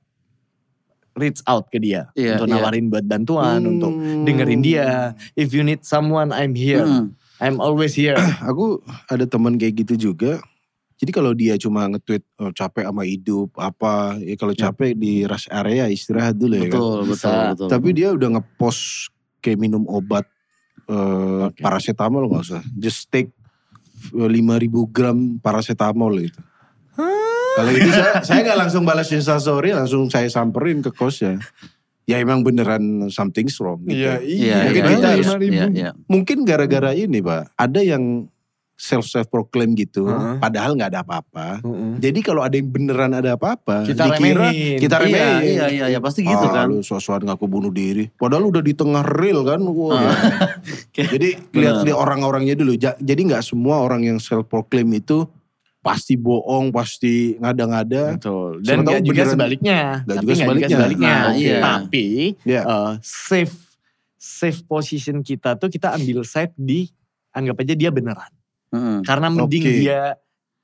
reach out ke dia. Iya, untuk iya. nawarin buat bantuan. Hmm. Untuk dengerin dia. If you need someone, I'm here. Hmm. I'm always here. Aku ada teman kayak gitu juga. Jadi kalau dia cuma nge-tweet oh, capek sama hidup apa, ya kalau capek di rest area istirahat dulu ya kan. Betul, betul, Bisa. betul. Tapi dia udah nge-post kayak minum obat eh, Oke. paracetamol gak usah. Just take lima ribu gram paracetamol itu. Kalau itu saya, saya gak langsung balas instastory, langsung saya samperin ke kosnya. Ya emang beneran something's wrong. Gitu. Iya, Mungkin iya, kita iya, harus- iya, iya. Mungkin gara-gara ini Pak, ada yang self-self proclaim gitu, Heeh. padahal gak ada apa-apa. Mm-mm. Jadi kalau ada yang beneran ada apa-apa, Kita dikira remehin. kita Iya, remehin. iya, iya, iya, pasti gitu Ah, kan. lu sok-sokan ngaku bunuh diri. Padahal udah di tengah real kan. Wah. Jadi lihat lihat orang-orangnya dulu. Ja- Jadi nggak semua orang yang self proclaim itu pasti bohong, pasti ngada-ngada. Betul. Dan Siapa tahu gak juga beneran- sebaliknya. Nggak Tapi juga nggak sebaliknya. sebaliknya. Nah, iya. Tapi Ya. eh, safe safe position kita tuh kita ambil side di anggap aja dia beneran. Mm-mm. Karena mending Oke. dia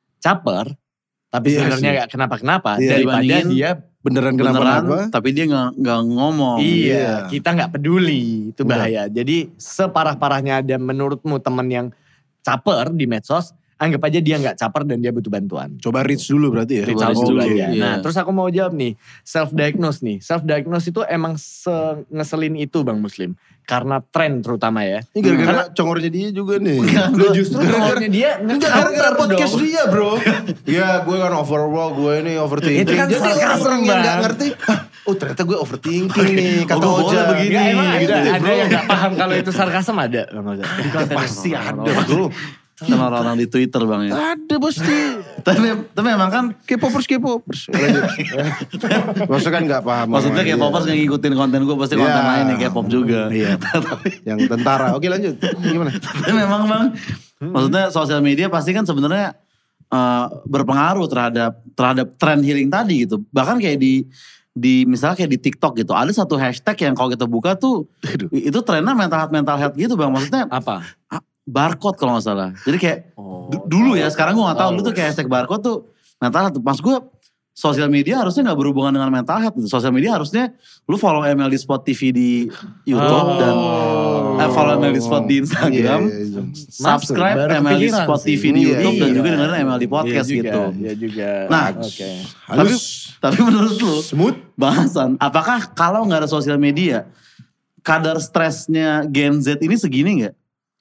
caper tapi Iya sebenarnya sih. gak kenapa-kenapa Iya. daripada Dibandingin dia Beneran Beneran, kenapa-napa. tapi dia nggak nggak ngomong. iya, Iya. kita nggak peduli, itu Udah. bahaya. Jadi separah-parahnya ada menurutmu teman yang caper di medsos, anggap aja dia nggak caper dan dia butuh bantuan. Coba reach dulu berarti ya. Reach Coba out reach dulu dulu, aja. iya. Nah, terus aku mau jawab nih, self diagnose nih. Self diagnose itu emang ngeselin itu Bang Muslim. Karena tren terutama ya. Ini gara-gara congornya dia juga nih. Lu justru congornya dia Enggak gara-gara nge-counter podcast dong. dia bro. Ya gue kan overall, gue ini overthinking. Itu kan Jadi sarkasm, orang yang gak Bang. ngerti. "Hah, oh ternyata gue overthinking nih. Kata Oh, gue Oja. boleh begini. Enggak, emang ada, Gitu deh, ada bro. yang gak paham kalau itu sarkasm ada. Bang Oza. Di konten Pasti orang-orang. ada bro. Kan orang-orang di Twitter bang ya. Ada pasti. tapi, tapi emang kan K-popers, K-popers. Lanjut. Maksudnya kan gak paham. maksudnya kayak Iya. popers nggak ngikutin konten gue pasti konten Iya. lain yang kayak pop juga. Iya. Yang tentara. Oke lanjut. Gimana? Tapi memang bang, maksudnya sosial media pasti kan sebenarnya eh, berpengaruh terhadap terhadap tren healing tadi gitu. Bahkan kayak di di misalnya kayak di TikTok gitu, ada satu hashtag yang kalau kita buka tuh Aduh. itu trennya mental health mental health gitu bang. Maksudnya Apa? ah, barcode kalau nggak salah. Jadi kayak Oh, du- dulu ya, sekarang gue nggak tahu. Dulu tuh kayak hashtag barcode tuh mental health. Pas gue sosial media harusnya nggak berhubungan dengan mental health. Gitu. Sosial media harusnya lu follow M L D Spot T V di YouTube Oh. dan eh, follow M L D Spot di Instagram. Iya, iya, iya. Subscribe Baru M L D kepikiran Spot T V sih. di Iya, YouTube dan iya. juga dengerin M L D Podcast Iya juga, gitu. Iya juga. Nah, oke. Tapi, Halus. tapi menurut lu, Smooth. bahasan, apakah kalau nggak ada sosial media, kadar stresnya Gen Z ini segini nggak?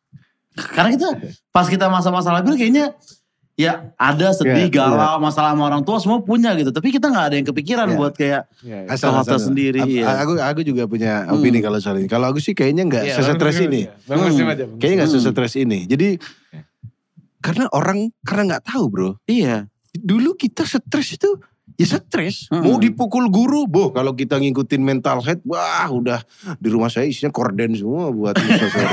Karena kita pas kita masa-masa labil kayaknya ya ada sedih, Ya, galau, masalah sama orang tua semua punya gitu. Tapi kita nggak ada yang kepikiran Ya. buat kayak Iya, iya. ke hotel sendiri. Aku, Iya. aku, aku juga punya opini kalau soal ini. Kalau aku sih kayaknya nggak Iya, sesetres Bang ini. Muslim aja. Bang Muslim Hmm. aja, Bang Kayaknya nggak Hmm. sesetres ini. Jadi karena orang karena nggak tahu bro. Iya. Dulu kita stres itu ya stres. Hmm. Mau dipukul guru, boh kalau kita ngikutin mental health, wah udah di rumah saya isinya korden semua buat instastory.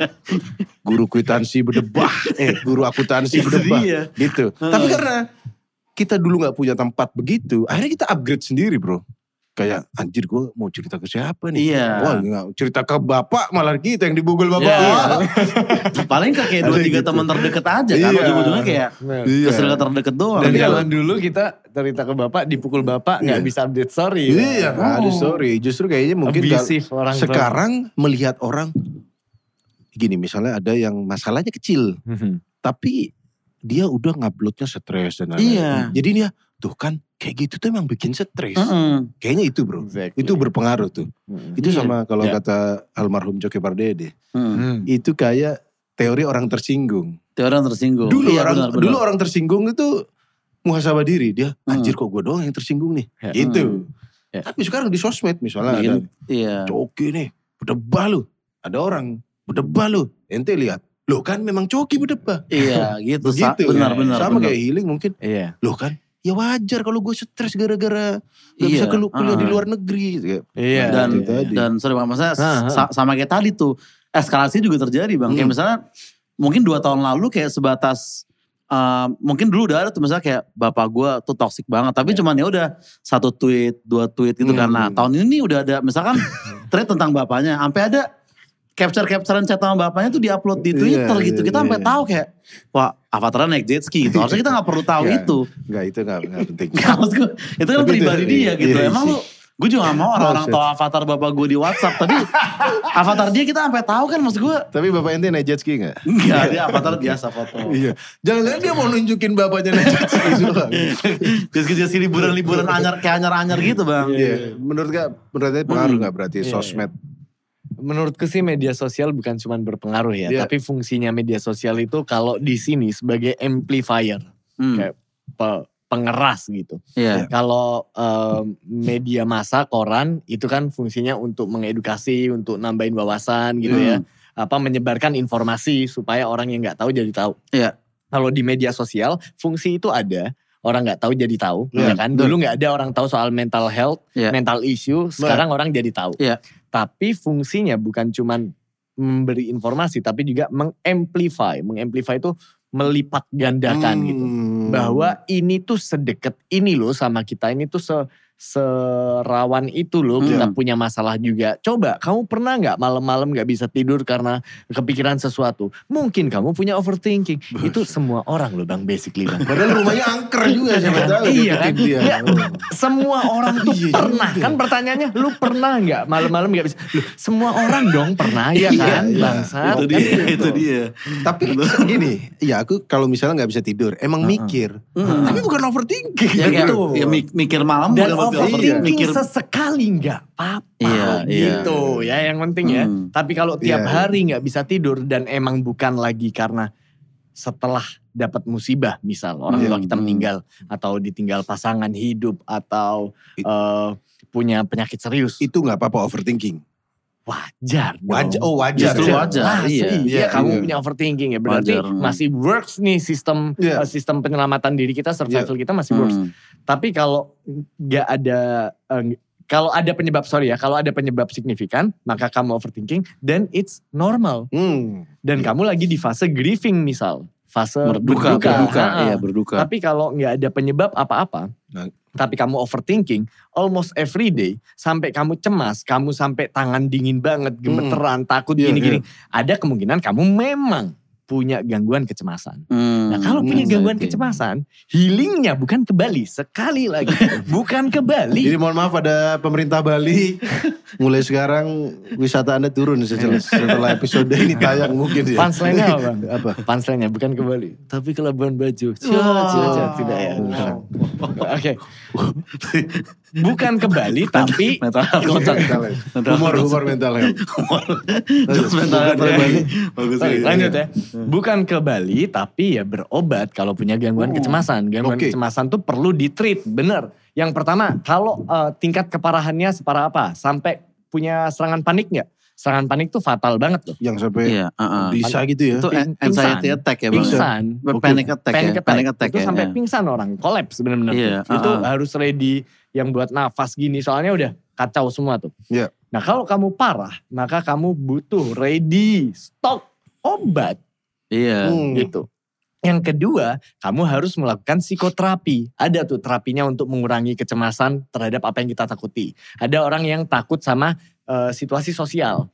Guru kwitansi berdebah, eh guru akuntansi Itu berdebah, dia. gitu. Hmm. Tapi karena kita dulu nggak punya tempat begitu, akhirnya kita upgrade sendiri bro. Kayak anjir gue mau cerita ke siapa nih? Iya. Wah nggak, cerita ke bapak malah kita yang dibugel bapak. Iya. Paling ke kayak dua Ada tiga gitu. teman terdekat aja kan. Iya. Ujung-ujungnya kayak Iya. ke circle terdekat doang. Dan Tapi zaman dulu kita cerita ke bapak, dipukul bapak nggak Iya. bisa update story. Iya, nggak ada Oh. story. Justru kayaknya mungkin kalau- Abusive orang tua. sekarang melihat orang gini, misalnya ada yang masalahnya kecil, Mhm. tapi dia udah nguploadnya stres dan lain-lain. Iya. Jadi dia tuh kan kayak gitu tuh emang bikin stres. Mm-mm. Kayaknya itu bro. Exactly. Itu berpengaruh tuh. Mm. Itu Iya. sama kalau Iya. kata almarhum Coki Pardede. Mm. Hmm. Itu kayak teori orang tersinggung. Teori orang tersinggung. Dulu Iya, orang benar, benar. dulu orang tersinggung itu muhasabah diri. Dia Hmm. anjir kok gue doang yang tersinggung nih. Ya. Gitu. Ya. Tapi sekarang di sosmed misalnya ada Bikin- Iya. Coki nih berdebah lu. Ada orang berdebah lu. Ente lihat. Loh kan memang Coki berdebah. Iya gitu. Sa- Begitu. benar, benar. Sama benar. kayak healing mungkin. Iya. Loh kan ya wajar kalau gue stres gara-gara gak Iya, bisa kelu- kuliah ah. di luar negeri. Kayak, Iya. Dan itu tadi. dan sorry Bang, maksudnya Ah, ah. sa- sama kayak tadi tuh eskalasi juga terjadi Bang. Kayak Hmm. misalnya mungkin dua tahun lalu kayak sebatas uh, mungkin dulu udah ada tuh misalnya kayak bapak gue tuh toksik banget. Tapi cuman ya udah satu tweet, dua tweet gitu Hmm. karena tahun ini udah ada misalkan thread tentang bapaknya. Sampai ada capture-capturean chat sama bapaknya tuh diupload di Iya, Twitter gitu. iya, Kita sampai iya. tahu kayak wah avatarnya naik jet ski gitu. Harusnya kita gak perlu tahu Iya. itu. Enggak itu enggak, enggak penting. Gak, maksud gue, itu kan Tapi pribadi itu- dia iya, gitu. iya, Emang sih. lu, gue juga gak mau orang-orang Bullshit. tahu avatar bapak gue di WhatsApp. Tapi avatar dia kita sampai tahu kan maksud gue. Tapi bapak ente naik jet ski enggak? Enggak, dia avatar biasa foto. Iya. Jangan-jangan dia mau nunjukin bapaknya naik jet ski juga. Jadi liburan-liburan anyar, kayak anyar-anyar gitu bang. Iya. Menurut gak, menurut ente pengaruh Hmm. gak berarti Iya. sosmed? Menurutku sih media sosial bukan cuma berpengaruh ya, Iya. tapi fungsinya media sosial itu kalau di sini sebagai amplifier, Hmm, kayak pe- pengeras gitu. Iya. Kalau em, media massa, koran itu kan fungsinya untuk mengedukasi, untuk nambahin wawasan gitu ya, apa menyebarkan informasi supaya orang yang nggak tahu jadi tahu. Iya. Kalau di media sosial fungsi itu ada. Orang nggak tahu jadi tahu, Iya, ya kan? betul. Dulu nggak ada orang tahu soal mental health, Iya. mental issue. Sekarang orang jadi tahu. Iya. Tapi fungsinya bukan cuman memberi informasi, tapi juga mengamplify. Mengamplify itu melipat gandakan gitu. Hmm. Bahwa ini tuh sedekat ini loh sama kita. Ini tuh se serawan itu loh, Hmm. kita punya masalah juga. Coba kamu pernah nggak malam-malam nggak bisa tidur karena kepikiran sesuatu? Mungkin kamu punya overthinking. Itu semua orang loh bang, basically bang. Padahal rumahnya angker juga siapa tahu. Iya kan? deketin dia. Ya, Oh. semua orang tuh Iya pernah juga. kan pertanyaannya, lu pernah nggak malam-malam nggak bisa? Loh, semua orang dong pernah ya kan, Iya, iya. bangsat. Itu Kan dia, gitu. itu dia. Tapi gini, ya aku kalau misalnya gak bisa tidur, emang Uh-uh. mikir. Hmm. Tapi bukan overthinking. Ya, kayak, Gitu. ya mik- mikir malam Dan bukan berarti overthinking mikir. sesekali nggak apa-apa Iya, iya. gitu ya yang penting ya. Hmm. Tapi kalau tiap Iya, iya. hari nggak bisa tidur dan emang bukan lagi karena setelah dapat musibah misal orang Iya. tua kita Hmm. meninggal atau ditinggal pasangan hidup atau It- eh, punya penyakit serius, Itu gak apa-apa overthinking. wajar. dong. Wajar, oh wajar. Justru ya. wajar, Masa iya. iya, Iya, kamu iya. punya overthinking ya berarti Wajar, hmm. masih works nih sistem Iya. eh, sistem penyelamatan diri kita, survival kita masih works. Hmm. Tapi kalau nggak ada eh, kalau ada penyebab sorry ya, kalau ada penyebab signifikan, maka kamu overthinking, then it's normal. Hmm. Dan kamu lagi di fase grieving misal, fase Berduka, berduka. berduka, Ha-ha. iya berduka. Tapi kalau nggak ada penyebab apa-apa, Nah. tapi kamu overthinking almost every day, sampai kamu cemas, kamu sampai tangan dingin banget, gemeteran, takut Iya, gini-gini, ada kemungkinan kamu memang punya gangguan kecemasan. Hmm. Nah kalau punya Hmm, gangguan Oke. kecemasan, healingnya bukan ke Bali. Sekali lagi, bukan ke Bali. Jadi mohon maaf ada pemerintah Bali. Mulai sekarang wisata Anda turun setelah, setelah episode ini tayang mungkin ya. Punchline-nya apa bang? Apa? Punchline-nya bukan ke Bali. Tapi ke Labuan Bajo. Cia, Wow. cia, cia. Tidak ya. Oke. Bukan ke Bali tapi Mental health kocak. Mental health. Humor, humor mental health. Terus mental health Bukan ke ya. Bali. Bagus Sorry, sih. lanjut ya. Bukan ke Bali tapi ya berobat kalau punya gangguan Oh. kecemasan. Gangguan Oke. kecemasan tuh perlu di-treat, bener. Yang pertama, kalau eh, tingkat keparahannya separah apa? Sampai punya serangan panik nggak? Serangan panik tuh fatal banget loh. Yang sampai Iya, uh-uh. bisa gitu ya. Itu Ping- anxiety pingsan. attack ya bang. Pingsan. Oke. Panic attack Panic ya. attack. Panic attack itu ya. sampai ya. pingsan orang, kolaps bener-bener. Iya, tuh. Itu uh-uh. harus ready yang buat nafas gini, soalnya udah kacau semua tuh. Iya. Nah kalau kamu parah, maka kamu butuh ready stok obat Iya. Hmm. gitu. Yang kedua, kamu harus melakukan psikoterapi. Ada tuh terapinya untuk mengurangi kecemasan terhadap apa yang kita takuti. Ada orang yang takut sama eh, situasi sosial.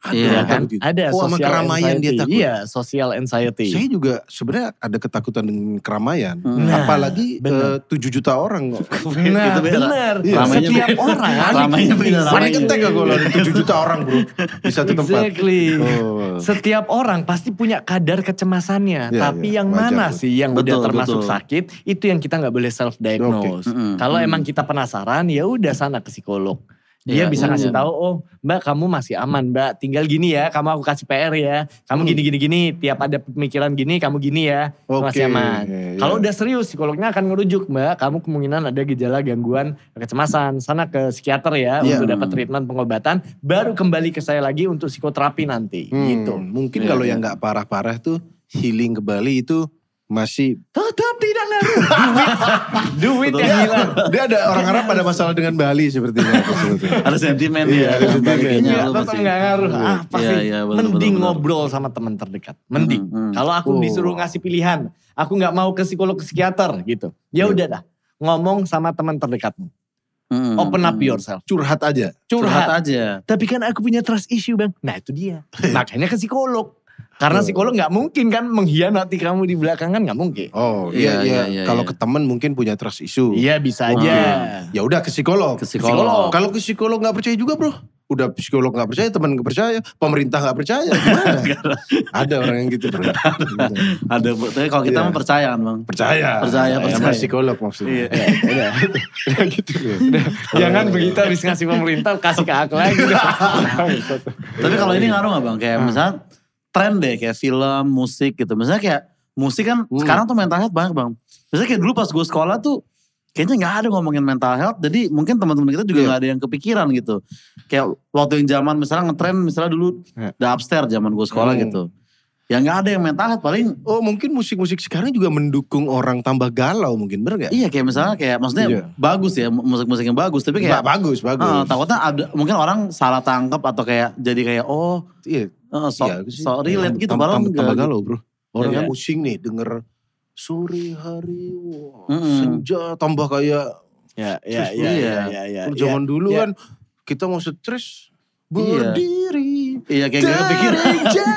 Ada, Iya, ya kan? gitu. Ada Oh, sama social keramaian dia anxiety. takut. Iya, social anxiety. Saya juga sebenarnya ada ketakutan dengan keramaian. Nah, Apalagi bener. eh, tujuh juta orang. Nah, Itu beda. benar. Iya. Ramainya Setiap beda. orang. Ramainya beda, Panik ramainya. ketek gak kalau ada tujuh juta orang bro. Di satu tempat. Exactly. Oh. Setiap orang pasti punya kadar kecemasannya. Iya, tapi iya, yang wajar, mana bro. sih yang Betul, udah termasuk betul. sakit, itu yang kita nggak boleh self diagnose. Oke. Mm-mm. Kalau Mm. emang kita penasaran, ya udah sana ke psikolog. Dia Iya, bisa iya, kasih iya. tahu, oh Mbak kamu masih aman Mbak, tinggal gini ya, kamu aku kasih P R ya, kamu Hmm. gini gini gini, tiap ada pemikiran gini kamu gini ya, Oke, masih aman. iya. Kalau udah serius, psikolognya akan ngerujuk Mbak, kamu kemungkinan ada gejala gangguan kecemasan, sana ke psikiater ya Iya. untuk dapat treatment pengobatan, baru kembali ke saya lagi untuk psikoterapi nanti, Hmm, gitu. Mungkin Iya, kalau iya. yang gak parah-parah tuh healing ke Bali itu masih. Tetap tidak ngaruh, duit, duit yang hilang. Dia ada orang Arab pada masalah dengan Bali sepertinya. sebetulnya. Ada sentimen Iya, ya. ada yang sentimen. baliknya Iya, lu tetap masih- nggak ngaruh. Iya. Apa Iya, sih? iya, betul, Mending betul, betul. ngobrol sama teman terdekat. Mending. Hmm, hmm. Kalau aku Oh. disuruh ngasih pilihan, aku nggak mau ke psikolog ke psikiater gitu. Ya Iya. udah dah, ngomong sama teman terdekatmu. Mm-mm. Open up yourself. Curhat aja. Curhat Curhat. aja. Tapi kan aku punya trust issue bang. Nah itu dia. Makanya ke psikolog. Karena Oh. psikolog nggak mungkin kan mengkhianati kamu di belakang kan nggak mungkin. Oh Iya, iya, iya, iya. iya, Kalau iya. ke teman mungkin punya trust issue. Iya bisa Oke. aja. Ya udah ke psikolog. Ke psikolog. Kalau ke psikolog nggak percaya juga bro. Udah psikolog nggak percaya, teman nggak percaya, pemerintah nggak percaya. Gimana? Ada orang yang gitu bro. Gitu. Ada, tapi kalau kita Iya. mah percaya kan bang. Percaya. Percaya, Sama percaya. psikolog maksudnya. Ya, udah. Udah gitu. Udah. Jangan begitu habis ngasih pemerintah kasih ke aku lagi. Tapi kalau ini ngaruh gak bang? Kayak misalnya tren deh kayak film, musik gitu. Misalnya kayak musik kan Hmm. sekarang tuh mental health banyak bang. Misalnya kayak dulu pas gue sekolah tuh kayaknya gak ada ngomongin mental health. Jadi mungkin teman-teman kita juga Iya. gak ada yang kepikiran gitu. Kayak waktu yang zaman misalnya ngetren misalnya dulu Iya. The Upstairs zaman gue sekolah Hmm. gitu. Ya gak ada yang mental health paling. Oh mungkin musik-musik sekarang juga mendukung orang tambah galau mungkin, bener gak? Iya kayak misalnya kayak maksudnya Iya. bagus ya musik-musik yang bagus. Tapi kayak Ba- bagus, bagus. eh, takutnya ada mungkin orang salah tangkap atau kayak jadi kayak oh Iya. eh, so, Iya, sih. so relate gitu. Tambah, Padahal tambah, enggak tambah gitu. galau bro. Orang Iya. pusing nih denger sore hari, wah, Mm-mm. senja tambah kayak. Ya, ya, Terus ya, iya. ya, ya, ya. Kalau zaman dulu ya. kan kita mau stres Iya. berdiri. Iya kayak gak kepikiran.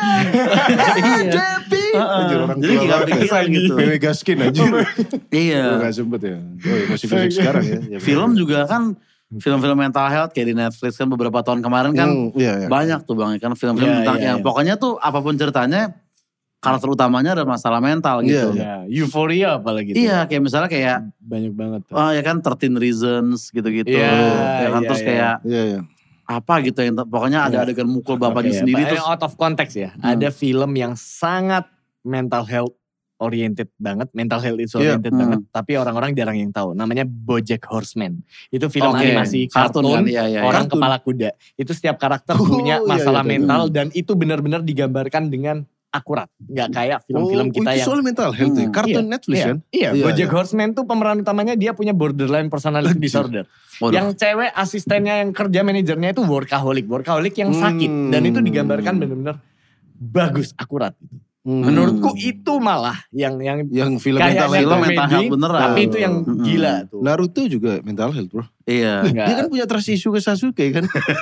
Iya. Heeh. Anjir, orang Jadi tua kayak banget kepikiran ya. gitu. Wewe Gaskin anjir. Iya. Gue gak sempet ya. Oh ya musik-musik sekarang ya. Ya, Film juga kan film-film mental health kayak di Netflix kan beberapa tahun kemarin kan Hmm, iya, iya. banyak tuh bang kan film-film Iya, tentang iya, yang iya. pokoknya tuh apapun ceritanya karakter utamanya ada masalah mental gitu. Ya, Iya, euforia apalagi. Iya kayak misalnya kayak Banyak banget tuh. oh ya kan thirteen Reasons gitu-gitu. Iya, ya kan iya, terus iya. kayak Iya, iya. apa gitu yang pokoknya ada Iya. adegan mukul bapaknya Oke, sendiri Pak, terus yang out of context ya. Hmm. Ada film yang sangat mental health oriented banget, mental health is Iya, oriented hmm. banget, tapi orang-orang jarang yang tahu. Namanya BoJack Horseman. Itu film Oke, animasi kartun kartun, kan, iya, iya, orang kartun. kepala kuda. Itu setiap karakter Oh, punya iya, masalah iya, mental iya. dan itu benar-benar digambarkan dengan akurat. Nggak kayak film-film Oh, kita itu yang soal mental health ya. Hmm. Kartun Iya, Netflix iya, kan? Iya, Iya, BoJack iya. Horseman tuh pemeran utamanya dia punya borderline personality disorder. Waduh. Yang cewek asistennya yang kerja manajernya itu workaholic, workaholic yang sakit Hmm. dan itu digambarkan benar-benar bagus, akurat. Hmm. Menurutku itu malah yang yang Yang film kayaknya mental health. film komedi, mental health beneran. tapi itu yang Mm-mm. gila tuh. Naruto juga mental health bro. Iya. Nggak. Dia kan punya trust issue ke Sasuke kan.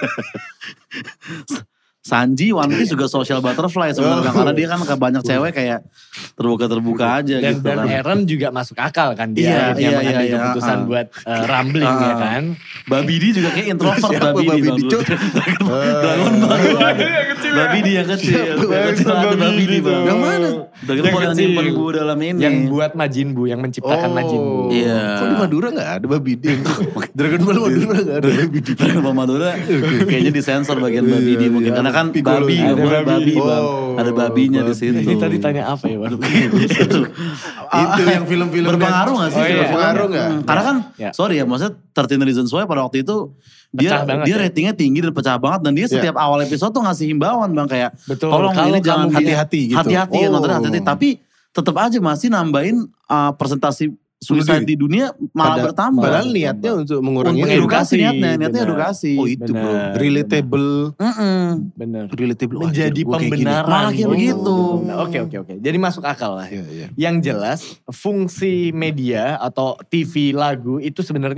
Sanji One Piece juga social butterfly sebenarnya Oh. karena dia kan ke banyak cewek kayak terbuka-terbuka aja Dan, gitu dan kan. Eren juga masuk akal kan Iya, dia akhirnya iya, mengambil iya, iya, keputusan ah. buat uh, rambling Ah. ya kan. Babidi juga kayak introvert Siapa Babidi Babidi, bang. Cok? Dragon Ball. Babidi yang kecil. Yang kecil ada Babidi bang. Yang mana? Dragon Yang Ball yang kecil. nyimpen bu dalam ini. Yang buat Majin Buu, yang menciptakan Majin Buu. Iya. Kok di Madura gak ada Babidi? Dragon Ball Madura gak ada Babidi. Dragon Ball Madura kayaknya disensor bagian Iya, Babidi iya, mungkin. iya. Karena kan Piccolo babi. juga. Ada Ada babi babi. bang. Oh, Ada babinya di babi. situ. Ini tadi tanya apa ya Bang? Itu. Itu yang film-film Berpengaruh kan- gak sih? Oh, iya. film-film? Berpengaruh gak? Hmm, Karena kan, Ya. sorry ya maksudnya thirteen Reasons Why pada waktu itu dia Pecah banget dia ya. ratingnya tinggi dan pecah banget dan dia setiap awal episode tuh ngasih himbauan bang kayak Betul. tolong Kalau ini jangan kamu hati-hati gitu. hati-hati ya Oh. nontonnya hati-hati tapi tetap aja masih nambahin uh, presentasi suicide Bunuh di dunia malah Pada- bertambah. Padahal niatnya untuk mengurangi Untuk Edukasi, edukasi niatnya, niatnya benar. edukasi. Oh itu bro, Benar, relatable, Mm-mm. Bener. relatable. Oh, Menjadi anjir, gua kayak gini. pembenaran. Malah kayak Oh, begitu. benar. Oke oke oke. Jadi masuk akal lah. Iya, iya. Yang jelas fungsi media atau T V lagu itu sebenarnya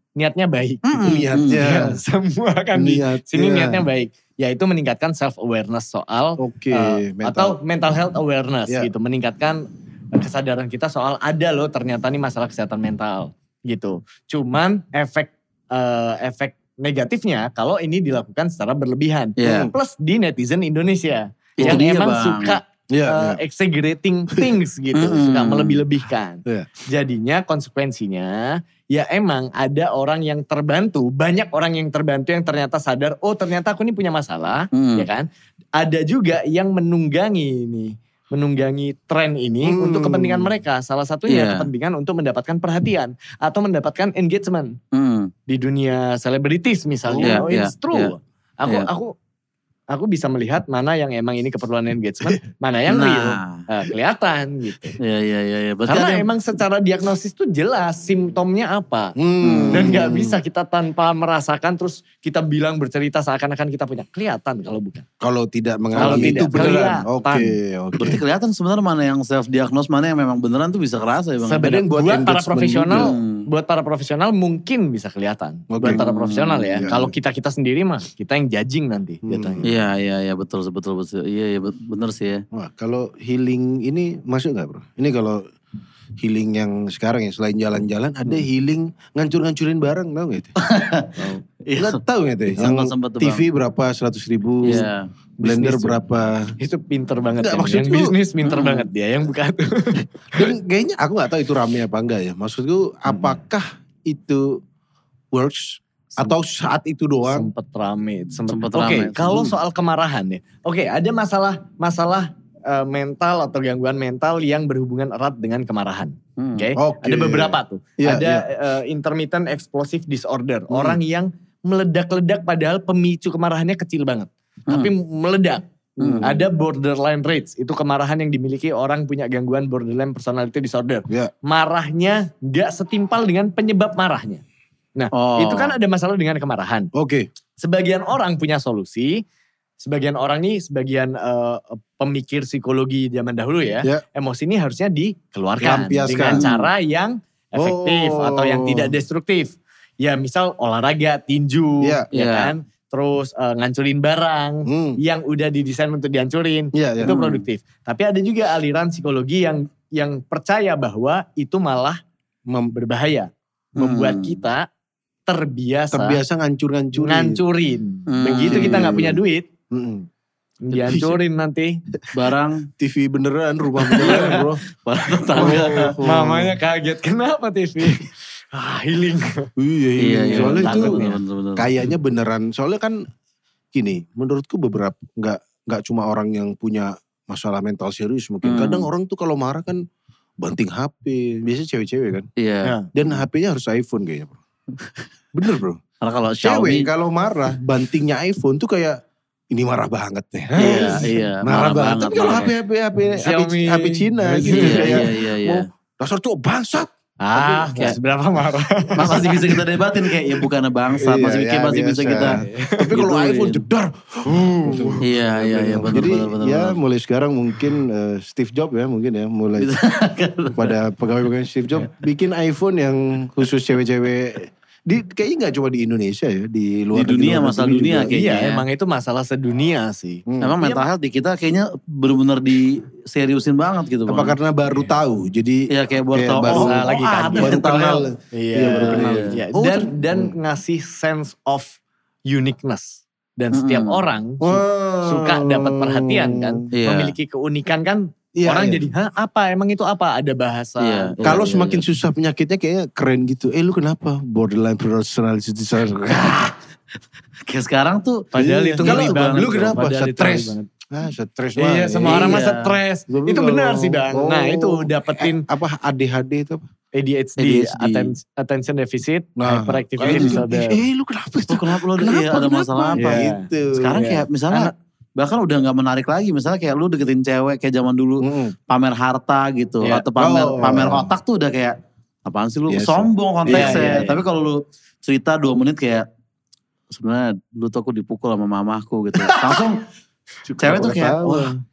niatnya baik. Mm-mm. Niatnya. Ya, semua kan di Niatnya. sini niatnya baik. Yaitu meningkatkan self awareness soal Oke, uh, mental. atau mental health awareness Ya. gitu, meningkatkan kesadaran kita soal ada loh ternyata nih masalah kesehatan mental gitu. Cuman efek uh, efek negatifnya kalau ini dilakukan secara berlebihan. Iya. Plus di netizen Indonesia Itu yang dia, emang Bang. suka Iya, uh, iya. exaggerating things gitu, Mm-mm. suka melebih-lebihkan. Iya. Jadinya konsekuensinya ya emang ada orang yang terbantu, banyak orang yang terbantu yang ternyata sadar, oh ternyata aku ini punya masalah, Hmm. ya kan? Ada juga yang menunggangi nih, menunggangi tren ini Hmm. untuk kepentingan mereka. Salah satunya Iya. kepentingan untuk mendapatkan perhatian atau mendapatkan engagement Hmm. di dunia selebritis misalnya. Iya, Oh, it's iya, true. iya. Aku Iya. aku aku bisa melihat mana yang emang ini keperluan engagement, mana yang Nah. real. Nah, kelihatan gitu. Iya, iya, iya. iya. Berarti Karena ada- emang secara diagnosis tuh jelas simptomnya apa. Hmm. Dan gak bisa kita tanpa merasakan terus kita bilang bercerita seakan-akan kita punya. Kelihatan kalau bukan. Kalau tidak Kalau mengalami tidak, itu beneran. kelihatan. Oke, oke. Berarti kelihatan sebenarnya mana yang self diagnose, mana yang memang beneran tuh bisa kerasa ya Bang. Sebenarnya buat buat, para engagement profesional, juga. buat para profesional mungkin bisa kelihatan. Oke. Buat para profesional ya. Hmm, iya. Kalau kita-kita sendiri mah, kita yang judging nanti Hmm. jatuhnya. Iya, iya, iya betul, betul, betul. Iya, iya bener sih ya. Wah, kalau healing ini masuk gak bro? Ini kalau healing yang sekarang ya selain jalan-jalan ada Hmm. healing ngancur-ngancurin barang tau gak itu? Iya. Nggak tahu gak itu? Yang Sempat-sempat tuh, T V berapa seratus ribu, Iya. blender Bisnis tuh. berapa. Itu pinter banget Nggak, kan. Yang maksudku- bisnis pinter Hmm. banget dia yang buka tuh. Dan kayaknya aku gak tahu itu rame apa enggak ya. Maksudku Hmm. apakah itu works atau saat itu doang? Sempet rame. Sempet, Sempet Oke, rame. kalau Hmm. soal kemarahan ya. Oke, ada masalah masalah eh, mental atau gangguan mental yang berhubungan erat dengan kemarahan. Hmm. Oke, Oke. ada beberapa tuh. Iya, ada iya. eh, intermittent explosive disorder. Hmm. Orang yang meledak-ledak padahal pemicu kemarahannya kecil banget. Hmm. Tapi meledak. Hmm. Ada borderline rage. Itu kemarahan yang dimiliki orang punya gangguan borderline personality disorder. Ya. Marahnya gak setimpal dengan penyebab marahnya. Nah, Oh. itu kan ada masalah dengan kemarahan. Oke. Sebagian orang punya solusi. Sebagian orang nih, sebagian eh, pemikir psikologi zaman dahulu ya. Ya. Emosi ini harusnya dikeluarkan. Lampiaskan. Dengan cara yang efektif Oh. atau yang tidak destruktif. Ya misal olahraga, tinju, Ya. ya Ya. kan. Terus eh, ngancurin barang Hmm. yang udah didesain untuk dihancurin. Iya, iya. Itu produktif. Tapi ada juga aliran psikologi yang yang percaya bahwa itu malah Mem- berbahaya. Hmm. Membuat kita terbiasa, terbiasa ngancur-ngancurin. ngancurin. Hmm. Begitu kita gak punya duit, Mm-mm. dihancurin nanti. Barang T V beneran, rumah beneran bro. para tetangga. Oh. Mamanya kaget, kenapa T V? Ah, healing. Iya, Iya, iya. Soalnya itu takut nih. bener-bener. kayaknya beneran. Soalnya kan gini, menurutku beberapa nggak nggak cuma orang yang punya masalah mental serius mungkin. Hmm. Kadang orang tuh kalau marah kan banting H P. Biasanya cewek-cewek kan. Iya. Dan H P-nya harus iPhone kayaknya bro. Bener bro. Karena kalau Cewek Xiaomi. kalau marah bantingnya iPhone tuh kayak ini marah banget nih. Iya, iya. Marah, banget. Tapi kalau marah H P H P H P Xiaomi. H P Cina Iya, gitu Iya, kayak iya, iya, iya. mau dasar cowok bangsat. Ah, Tapi gak seberapa marah. Mas masih bisa kita debatin kayak ya bukan bangsat, Iya, masih ya, masih bisa biasa. kita. Tapi kalau gituin. iPhone jedar. Iya, iya, iya benar Jadi benar benar. ya benar. mulai sekarang mungkin eh, Steve Jobs ya mungkin ya mulai pada pegawai-pegawai Steve Jobs bikin iPhone yang khusus cewek-cewek. Di kayaknya nggak cuma di Indonesia ya, di luar Di dunia, negeri, luar masalah negeri dunia juga. kayaknya. Iya, ya. emang itu masalah sedunia sih. Hmm. Emang mental health di kita kayaknya benar-benar diseriusin banget gitu Apa Bang. karena baru tahu? Jadi Iya kayak baru kayak tahu. baru- oh, Nah, lagi oh, kaget. ada baru mental kenal. health. Iya, baru kenal. iya. Oh, Dan ter- dan hmm. ngasih sense of uniqueness. Dan setiap Mm-mm. orang su- Wow. suka dapat perhatian kan. Iya. Memiliki keunikan kan. Iya, orang iya. jadi, hah apa emang itu apa? Ada bahasa. Iya. Kalau iya, semakin iya. susah penyakitnya kayaknya keren gitu. Eh lu kenapa? Borderline personality disorder. Kayak sekarang tuh Padahal Iya. itu Kalau ngeri banget. lu bro. kenapa? Padahal itu Stres. ngeri banget. Ah stres Iya, semua orang Iya. mah stres. Tapi Itu kalau- benar sih, Bang. Nah, Oh. itu dapetin Eh, apa A D H D itu apa? A D H D, A D H D. atten- attention deficit, Nah, hyperactivity kayak gitu. disorder. Eh lu kenapa itu? Oh, kenapa lo Kenapa, iya, ada kenapa? masalah apa? Iya. Gitu. Sekarang Iya. kayak misalnya bahkan udah gak menarik lagi. Misalnya kayak lu deketin cewek kayak zaman dulu Mm-mm. pamer harta gitu. Iya. Atau pamer Oh. pamer otak tuh udah kayak apaan sih lu Biasa. sombong konteksnya. Iya, iya, iya. Tapi kalau lu cerita dua menit kayak sebenarnya dulu tuh aku dipukul sama mamaku gitu. Langsung cewek tuh kayak Ketawa. wah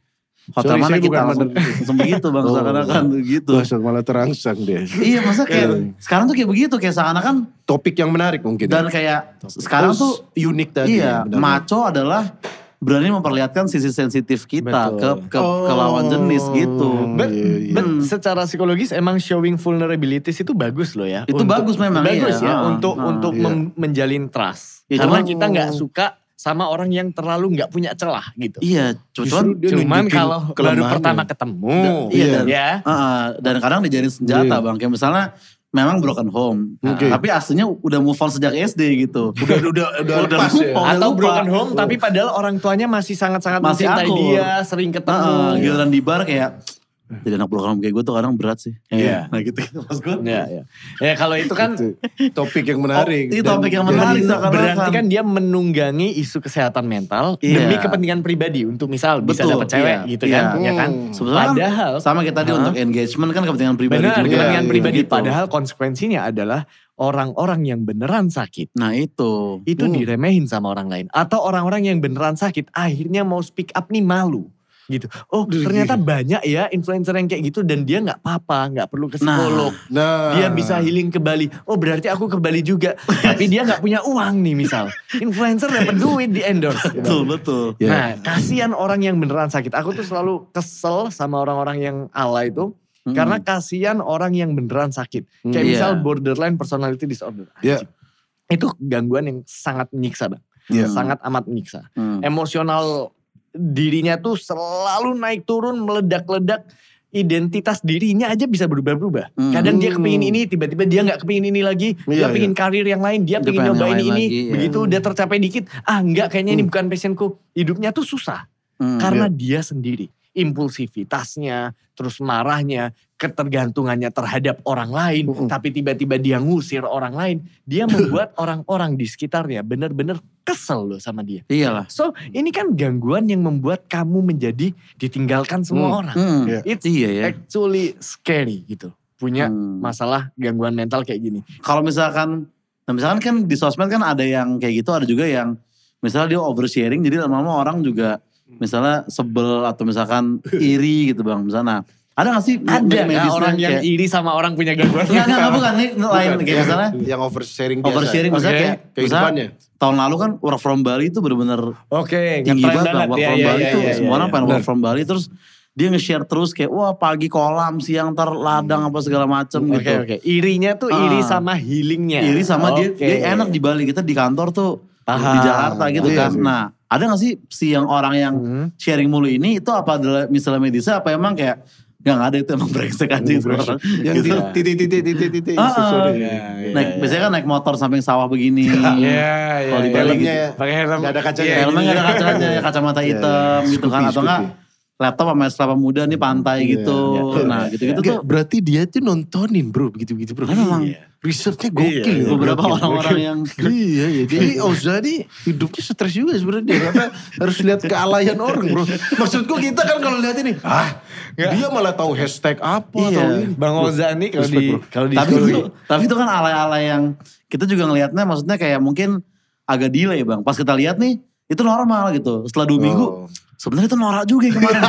hotel Sorry, mana saya kita bukan langsung, bener. langsung begitu bang, Oh. seakan-akan gitu. Bahasa malah terangsang dia. Iya masa kayak Iya. sekarang tuh kayak begitu, kayak seakan-akan Topik yang menarik mungkin. dan ya. kayak sekarang Oh, tuh unik tadi. iya, ya, benar. maco adalah berani memperlihatkan sisi sensitif kita Betul. ke ke, ke lawan jenis gitu. But, Iya, iya. but secara psikologis emang showing vulnerabilities itu bagus loh ya. Itu bagus memang, Bagus iya. ya Ah, untuk ah, untuk iya. mem- menjalin trust. Ya, Karena cuman- kita nggak suka sama orang yang terlalu nggak punya celah gitu. Iya, Justru cuman dia Cuman nunjukin kalau baru kelemahannya. pertama ketemu, iya, dan, ya. ah, ah, dan kadang dijadiin senjata Iya. bang. Kayak misalnya memang broken home, Oke. tapi aslinya udah move on sejak S D gitu. Udah udah udah Udah lepas lupa. ya. Udah Atau lupa. broken home tapi padahal orang tuanya masih sangat-sangat Masih mencintai akur. dia, sering ketemu. Heeh, giliran di bar kayak jadi anak broken home kayak gue tuh kadang berat sih. Iya. Nah gitu gitu mas gue. Ya, ya. Ya kalau itu kan Itu topik yang menarik. Oh, itu Dan- topik yang dan- menarik. men- seakan-akan. berarti kan dia menunggangi isu kesehatan mental Iya. demi kepentingan pribadi untuk misal bisa Betul, dapat cewek iya, gitu iya. kan, ya kan? Hmm. Sebetulnya kan Padahal sama kayak tadi Hah? untuk engagement kan kepentingan pribadi benar juga. kepentingan Iya, pribadi. gitu. Padahal konsekuensinya adalah orang-orang yang beneran sakit Nah itu. itu Hmm. diremehin sama orang lain, atau orang-orang yang beneran sakit akhirnya mau speak up nih malu gitu. Oh Duh, ternyata iya. banyak ya influencer yang kayak gitu dan dia nggak apa-apa, nggak perlu ke psikolog. Nah, Dia bisa healing ke Bali. Oh berarti aku ke Bali juga. Tapi dia gak punya uang nih misal. Influencer dapat duit di endorse. Betul betul. Ya. Nah kasihan orang yang beneran sakit. Aku tuh selalu kesel sama orang-orang yang ala itu. Hmm. Karena kasihan orang yang beneran sakit. Kayak Iya. misal borderline personality disorder. Ya. Anjing. Itu gangguan yang sangat menyiksa bang. Iya. Sangat amat menyiksa. Hmm. Emosional dirinya tuh selalu naik turun, meledak-ledak. Identitas dirinya aja bisa berubah-berubah. Hmm. Kadang dia kepingin ini, tiba-tiba dia gak kepingin ini lagi. Dia Iya, pengen karir yang lain, dia, Dia pengen pengen nyobain yang ini. lain lagi, iya. Begitu udah tercapai dikit, ah enggak kayaknya ini bukan passionku. Hidupnya tuh susah. Hmm. Karena dia sendiri. Impulsivitasnya, terus marahnya, ketergantungannya terhadap orang lain. Mm-mm. Tapi tiba-tiba dia ngusir orang lain. Dia membuat orang-orang di sekitarnya benar-benar kesel loh sama dia. Iyalah. So ini kan gangguan yang membuat kamu menjadi ditinggalkan semua Hmm. orang. Hmm. Iya. It's Iya ya. actually scary gitu. Punya Hmm. masalah gangguan mental kayak gini. Kalau misalkan, nah misalkan kan di sosmed kan ada yang kayak gitu, ada juga yang misalnya dia oversharing, jadi lama-lama orang juga misalnya sebel atau misalkan iri gitu bang. Misalnya, ada gak sih Ada nggak medisnya orang yang kayak- iri sama orang punya gangguan Enggak, enggak, enggak, bukan. Ini lain. Bukan, Kayak yang, misalnya, yang oversharing biasa. oversharing misalnya Oke. kayak, misalnya Kehidupannya. tahun lalu kan work from Bali itu bener-bener Oke, tinggi ngetren banget bang. Work Ya, from ya, Bali ya, tuh ya, semua ya, orang ya. pengen work Benar. from Bali. Terus dia nge-share terus kayak wah pagi kolam, siang ntar ladang apa segala macem Oke, gitu. oke. Irinya tuh iri Ah. sama healingnya. Iri sama dia, Oke. dia enak di Bali. Kita di kantor tuh Paham. di Jakarta gitu Iya kan. sih. Nah ada gak sih si yang orang yang Hmm. sharing mulu ini itu apa adalah misalnya medisa apa emang kayak gak ada itu emang brengsek aja gitu orang. Yang Gitu. di titik-titik-titik-titik. Ah, sorry. Iya, iya, Naik, iya. biasanya kan naik motor samping sawah begini. Iya, iya. Kalau di iya. Bali Helmnya gitu. ya. Pakai helm. Gak ada kacanya. Iya, Helmnya iya. gak ada kacanya, kacamata Iya, hitam iya. gitu kan. Scoopy, Atau enggak Scoopy. laptop sama es kelapa muda nih pantai Iya, gitu. iya. Nah gitu-gitu Nggak, tuh berarti dia tuh nontonin bro, begitu-begitu bro. Kan memang Iya. Risetnya gokil. Iya, ya, beberapa gokil. orang-orang yang Iya, iya. Jadi Oza nih hidupnya stres juga sebenarnya. Karena harus lihat kealayan orang bro. Maksudku kita kan kalau lihat ini, ah dia malah tahu hashtag apa Iya. atau ini. Bang Oza nih kalau Respect, di bro. kalau di tapi psikologi. itu, tapi itu kan alay-alay yang kita juga ngelihatnya maksudnya kayak mungkin agak delay bang. Pas kita lihat nih itu normal gitu. Setelah dua minggu Oh. sebenarnya itu norak juga yang kemarin.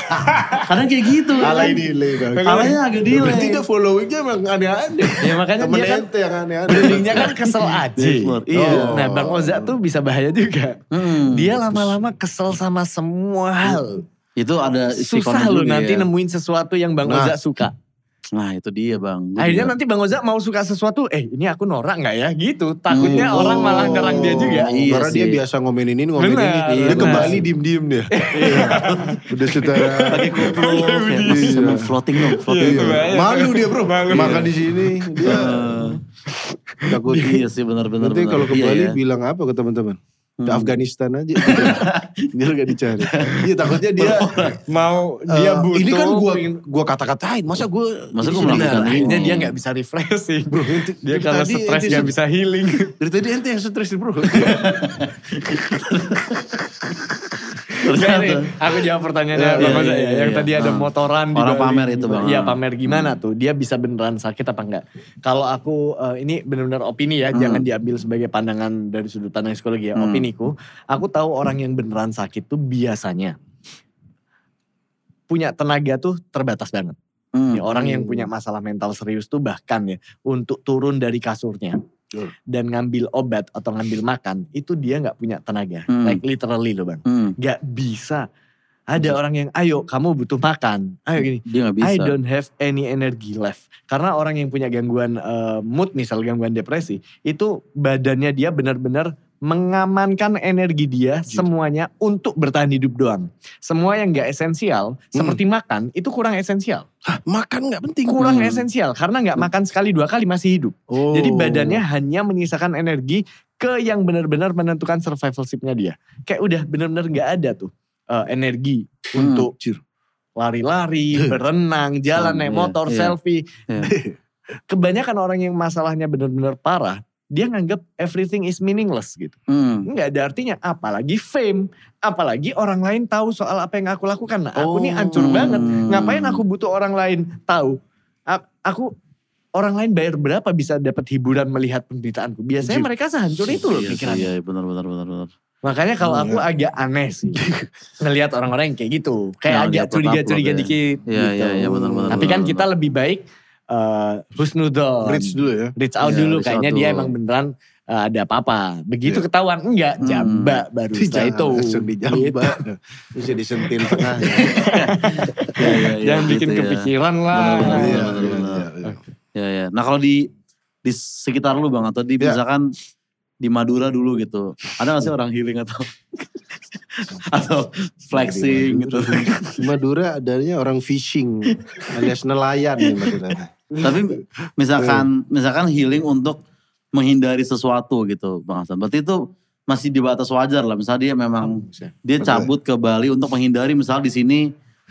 Kadang kayak gitu. Alay kan. delay bang. Alaynya agak delay. Berarti dia followingnya emang aneh-aneh. Ya makanya Temen dia kan ente yang aneh-aneh. brandingnya kan kesel aja. Iya. Oh. Nah Bang Oza tuh bisa bahaya juga. Hmm. Dia lama-lama kesel sama semua hal. Itu ada Susah sikonnya loh juga nanti ya. nemuin sesuatu yang Bang Nah. Oza suka. Nah itu dia bang. Gua Akhirnya juga- nanti Bang Oza mau suka sesuatu, eh ini aku norak gak ya gitu. Takutnya Hmm. orang malah nyerang dia juga. Iya Karena sih. dia biasa ngomenin ini, ngomenin Benar, ini. iya, Dia ke benar. Bali diem-diem dia. Udah saudara. Pakai kupluk. kayak, Iya. sama floating dong. Floating. Iya. bahaya. Malu dia bro. Malu. Makan di sini. Dia takut. Iya sih benar-benar. Nanti kalau ke Iya, Bali iya. bilang apa ke teman-teman? Ke Hmm. Afghanistan aja. Biar gak dicari. Iya takutnya dia. Mau eh, dia butuh. ini kan gua pengen- gua kata-katain. Masa gua. Masa ini gua sendiri? melakukan Nah, ini? akhirnya dia gak bisa refreshing. Bro, ente- Dia dari karena tadi stres ente gak se- bisa healing. Dari tadi ente yang stres bro. Enggak nih, aku jawab pertanyaannya Iya, Bang iya, Oza ya. iya, Yang iya. tadi ada Ah. motoran di Orang Bali. pamer itu, Bang. Iya Ah. pamer gimana tuh? Dia bisa beneran sakit apa enggak? Kalau aku eh, ini benar-benar opini ya, Hmm. jangan diambil sebagai pandangan dari sudut pandang psikologi ya. Hmm. Opiniku, aku tahu orang yang beneran sakit tuh biasanya punya tenaga tuh terbatas banget. Hmm. Ya, orang yang punya masalah mental serius tuh bahkan ya untuk turun dari kasurnya Betul. dan ngambil obat atau ngambil makan itu dia nggak punya tenaga, Hmm. like literally loh bang, Hmm. nggak bisa. Ada orang yang ayo kamu butuh makan, ayo gini. Dia gak bisa. I don't have any energy left. Karena orang yang punya gangguan uh, mood, misal gangguan depresi, itu badannya dia benar-benar mengamankan energi dia semuanya untuk bertahan hidup doang. Semua yang gak esensial, Hmm. seperti makan, itu kurang esensial. Hah, makan gak penting? Kurang Hmm. esensial, karena gak makan sekali dua kali masih hidup. Oh. Jadi badannya hanya menyisakan energi ke yang benar-benar menentukan survivalship-nya dia. Kayak udah benar-benar gak ada tuh uh, energi Hmm. untuk Cir. lari-lari, berenang, jalan, Sama, naik iya, motor, iya. selfie. Iya. Kebanyakan orang yang masalahnya benar-benar parah, dia nganggap everything is meaningless gitu. Hmm. Nggak ada artinya, apalagi fame. Apalagi orang lain tahu soal apa yang aku lakukan. Nah, aku nih hancur Oh. banget. Ngapain aku butuh orang lain tahu? A- Aku, orang lain bayar berapa bisa dapat hiburan melihat penderitaanku. Biasanya Jip. mereka sehancur itu loh Iya, pikirannya. iya, benar, benar, benar, benar. Makanya kalau Oh, aku ya. agak aneh sih. Ngelihat orang-orang yang kayak gitu. Kayak Yang agak dia curiga-curiga upload ya. dikit Iya, gitu. iya, iya, benar, benar, Tapi kan benar, kita lebih baik uh, husnudon. Rich dulu ya. Reach out Iya, dulu. reach Kayaknya out dia dulu. emang beneran uh, ada apa-apa. Begitu Iya. ketahuan, enggak Hmm. jambak baru setelah itu. Langsung dijambak. Bisa disentil tengah. Iya, iya, iya, Jangan bikin gitu ya. kepikiran lah. Benar, benar, Iya, benar, iya, benar. iya, iya. Ya, ya. Nah kalau di di sekitar lu bang atau di Ya. misalkan di Madura dulu gitu, ada gak sih orang healing atau atau flexing gitu? Di Madura adanya orang fishing alias nelayan di Madura. Tapi misalkan misalkan healing untuk menghindari sesuatu gitu bang Hasan, berarti itu masih di batas wajar lah. Misalnya dia memang dia cabut ke Bali untuk menghindari misal di sini.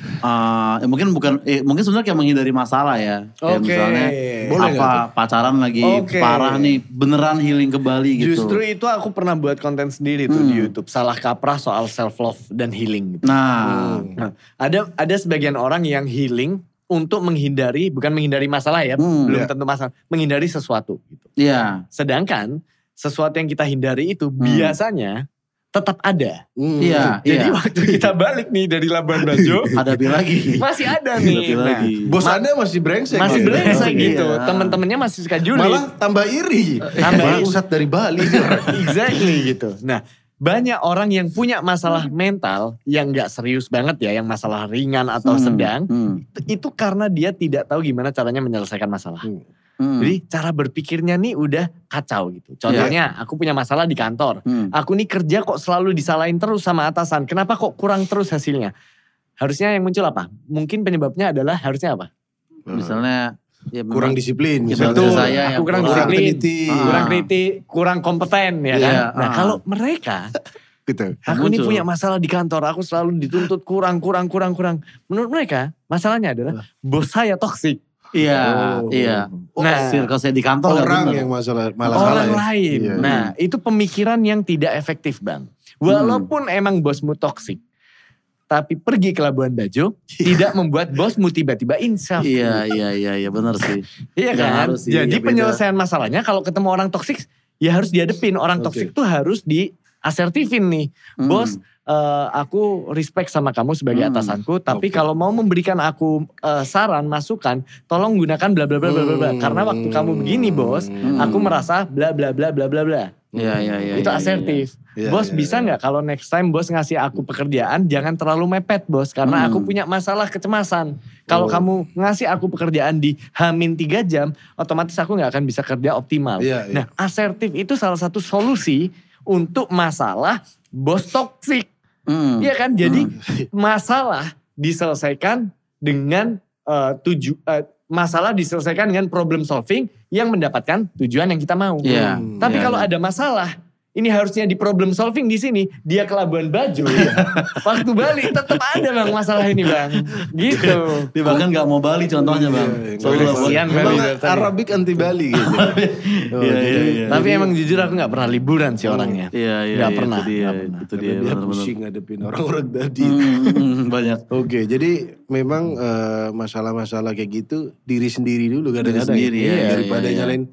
Uh, ya mungkin bukan, eh, mungkin sebenarnya kayak menghindari masalah ya. Kayak Oke. misalnya Boleh apa nggak pacaran lagi Oke. parah nih, beneran healing ke Bali gitu. Justru itu aku pernah buat konten sendiri tuh Hmm. di YouTube. Salah kaprah soal self love dan healing. Gitu. Nah, Nah, ada ada sebagian orang yang healing untuk menghindari, bukan menghindari masalah ya, Hmm. belum Ya. tentu masalah, menghindari sesuatu. Gitu. iya, Sedangkan sesuatu yang kita hindari itu Hmm. biasanya tetap ada. Hmm. iya, Jadi iya. waktu kita balik nih dari Labuan Bajo, Hadapi lagi. masih ada Hadapi nih. Nah, lagi. Bos Anda masih brengsek. masih gitu. brengsek Iya. gitu. Temen-temennya masih suka julid. Malah tambah iri. Tambah iri. Bangsat dari Bali. Exactly gitu. Nah, banyak orang yang punya masalah mental yang gak serius banget ya, yang masalah ringan atau Hmm, sedang, hmm, itu karena dia tidak tahu gimana caranya menyelesaikan masalah. Hmm. hmm, Jadi cara berpikirnya nih udah kacau gitu. Contohnya aku punya masalah di kantor. hmm. Aku nih kerja kok selalu disalahin terus sama atasan. Kenapa kok kurang terus hasilnya? Harusnya yang muncul apa? Mungkin penyebabnya adalah harusnya apa? Misalnya ya, Kurang memang- disiplin. Kita misalnya. Betul. Betul, saya aku yang kurang kurang disiplin, teliti. Ah. kurang kritik, kurang kompeten ya kan. Iya, Nah ah. kalau mereka, Gitu. aku nih Muncul. punya masalah di kantor, aku selalu dituntut kurang, kurang, kurang, kurang. Menurut mereka masalahnya adalah bos saya toksik. Iya, Oh. iya. Oh, Nah, Circle saya di kantor nggak orang bener. yang masalah malah Orang salah ya. lain. Iya. Nah itu pemikiran yang tidak efektif bang. Walaupun emang bosmu toksik. Tapi pergi ke Labuan Bajo tidak membuat bosmu tiba-tiba insaf. Iya, iya, iya, iya, benar sih. Iya Nggak kan? harus sih, Jadi ya beda. penyelesaian masalahnya kalau ketemu orang toksik ya harus dihadepin. Orang Oke. toksik tuh harus diasertifin nih. Hmm. Bos, eh, aku respect sama kamu sebagai Hmm. atasanku. Tapi Oke. kalau mau memberikan aku eh, saran, masukan, tolong gunakan bla bla bla bla bla bla. Hmm. Karena waktu kamu begini bos, Hmm. aku merasa bla bla bla bla bla bla. Iya, iya, iya. Itu iya, asertif. Iya, Bos iya, bisa iya. nggak kalau next time bos ngasih aku pekerjaan jangan terlalu mepet bos. Karena Hmm. aku punya masalah kecemasan. Kalau Oh. kamu ngasih aku pekerjaan di Hamin tiga jam, otomatis aku nggak akan bisa kerja optimal. Iya, iya. Nah asertif itu salah satu solusi untuk masalah bos toksik. Hmm. Iya kan? Jadi masalah diselesaikan dengan eh, tuju eh, masalah diselesaikan dengan problem solving yang mendapatkan tujuan yang kita mau. Iya. Hmm. Tapi Iya, kalau iya. ada masalah, ini harusnya di problem solving di sini, dia ke Labuan Bajo. Waktu balik tetap ada bang masalah ini bang. Gitu. Dia bahkan gak mau Bali contohnya bang. Iya, Soalnya iya. buat- Kasihan Bali Memang dari tadi. Arabic anti Bali gitu. Oh, Iya, iya, jadi- iya. Tapi emang jujur aku gak pernah liburan sih orangnya. Iya, iya, Nggak iya, pernah, Itu dia, nggak pernah. itu Karena dia. dia benar-benar. pusing ngadepin orang-orang tadi. Hmm, hmm, banyak. Oke, jadi memang eh, masalah-masalah kayak gitu diri sendiri dulu Diri kadang-kadang. sendiri, ya. iya, Daripada iya, iya. nyalain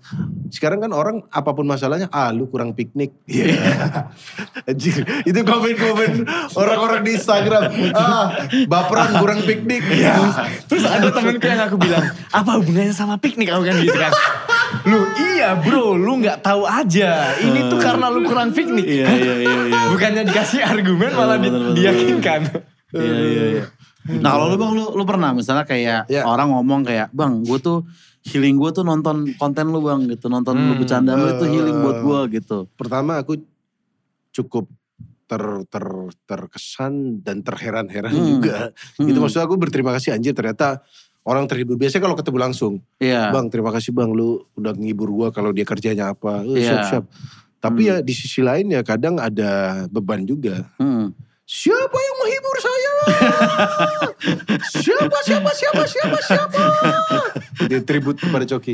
sekarang kan orang apapun masalahnya, ah lu kurang piknik. Iya. Yeah. Anjir, itu komen-komen orang-orang di Instagram. Ah, baperan kurang piknik. Iya. Terus ada temenku yang aku bilang, apa hubungannya sama piknik? Aku kan gitu kan. Lu iya bro, lu gak tahu aja. Ini tuh karena lu kurang piknik. Iya, iya, iya, iya. Bukannya dikasih argumen malah di, Bener, bener, diyakinkan. Iya, iya, iya. Nah kalau lu bang, lu, lu pernah misalnya kayak Ya. orang ngomong kayak, bang gue tuh healing gue tuh nonton konten lu bang gitu. Nonton lu Hmm. bercanda lu itu healing buat gue gitu. Pertama aku cukup ter, ter, terkesan dan terheran-heran Hmm. juga. Hmm. Itu maksud aku berterima kasih anjir ternyata orang terhibur. Biasanya kalau ketemu langsung, Iya. bang terima kasih bang lu udah ngibur gua kalau dia kerjanya apa. Eh, Iya. Siap-siap. Tapi Hmm. ya di sisi lain ya kadang ada beban juga. Hmm. Siapa yang menghibur saya? siapa, siapa, siapa, siapa, siapa? Dia tribut kepada Coki.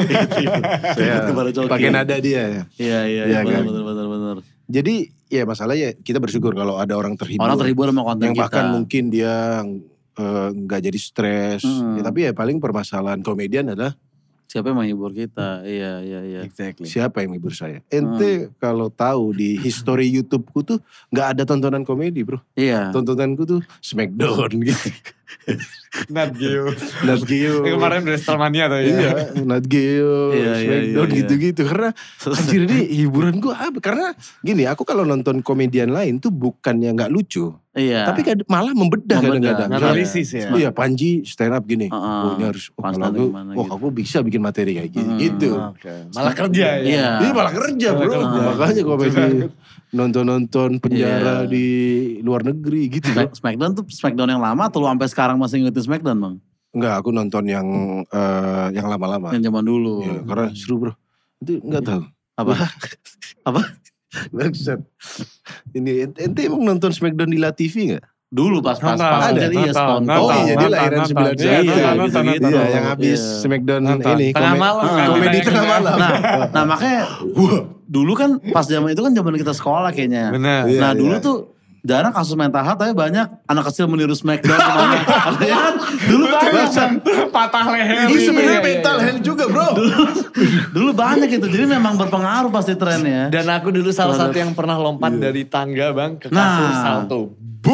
Saya kepada Coki. pakai nada dia ya. Iya, iya, Iya, iya, benar, kan? benar, benar, benar. Jadi ya masalahnya kita bersyukur kalau ada orang terhibur. Orang terhibur sama konten yang kita. bahkan mungkin dia eh, nggak jadi stres. Hmm. Ya, tapi ya paling permasalahan komedian adalah Siapa yang menghibur kita? Iya, iya, iya. Exactly. siapa yang menghibur saya. Ente kalau tahu di history YouTubeku tuh nggak ada tontonan komedi bro. Iya. Tontonanku tuh Smackdown gitu. Nat Geo. Nat Geo. Kemarin WrestleMania tuh ya. Iya, Nat Geo, Iya, iya, Smackdown iya, iya. gitu-gitu. Karena anjir ini hiburan gue apa? Karena gini, aku kalau nonton komedian lain tuh bukannya nggak lucu. Iya. Tapi kad- malah membedah Membedah. kadang-kadang. Misalnya, Analisis ya. Iya Panji stand up gini. Uh-uh. Oh ini harus, oh, Pas kalau tadi aku, gimana oh gitu. aku bisa bikin materi kayak gini. Hmm. Gitu. Oke. Malah kerja ya. Iya. Ini malah kerja Malah bro. kerja. Makanya komedi nonton-nonton penjara Iya. di luar negeri gitu bro. Smack- Smackdown tuh Smackdown yang lama atau lu sampai sekarang masih ngikutin Smackdown bang? Enggak, aku nonton yang eh, yang lama-lama. Yang zaman dulu. Ya, karena seru bro. Itu enggak tahu. Apa? Apa? Bangsat. Ini ente, ente emang nonton Smackdown di La T V enggak? Dulu pas pas Nonton, pas ada. jadi ya Stone Nonton, Oh Cold. iya, dia nonton, lahiran nonton. sembilan puluh Iya, satu. nonton, Iya, nonton, gitu-gitu. nonton. Iya, yang habis Iya. Smackdown Nonton. ini. Tengah kome- malam kan, Komedi ditayangin tengah kan. malam. Nah, nah makanya dulu kan pas zaman itu kan zaman kita sekolah kayaknya. Benar. Iya, Nah dulu iya. tuh jarang kasus mental health tapi banyak anak kecil meniru Smackdown kemana. Artinya kan dulu banyak. Patah leher. Itu sebenarnya Iya, iya, mental iya. health juga bro. Dulu banyak itu jadi memang berpengaruh pasti trennya. Dan aku dulu salah Terhadap- satu yang pernah lompat dari tangga bang ke kasur Nah. salto.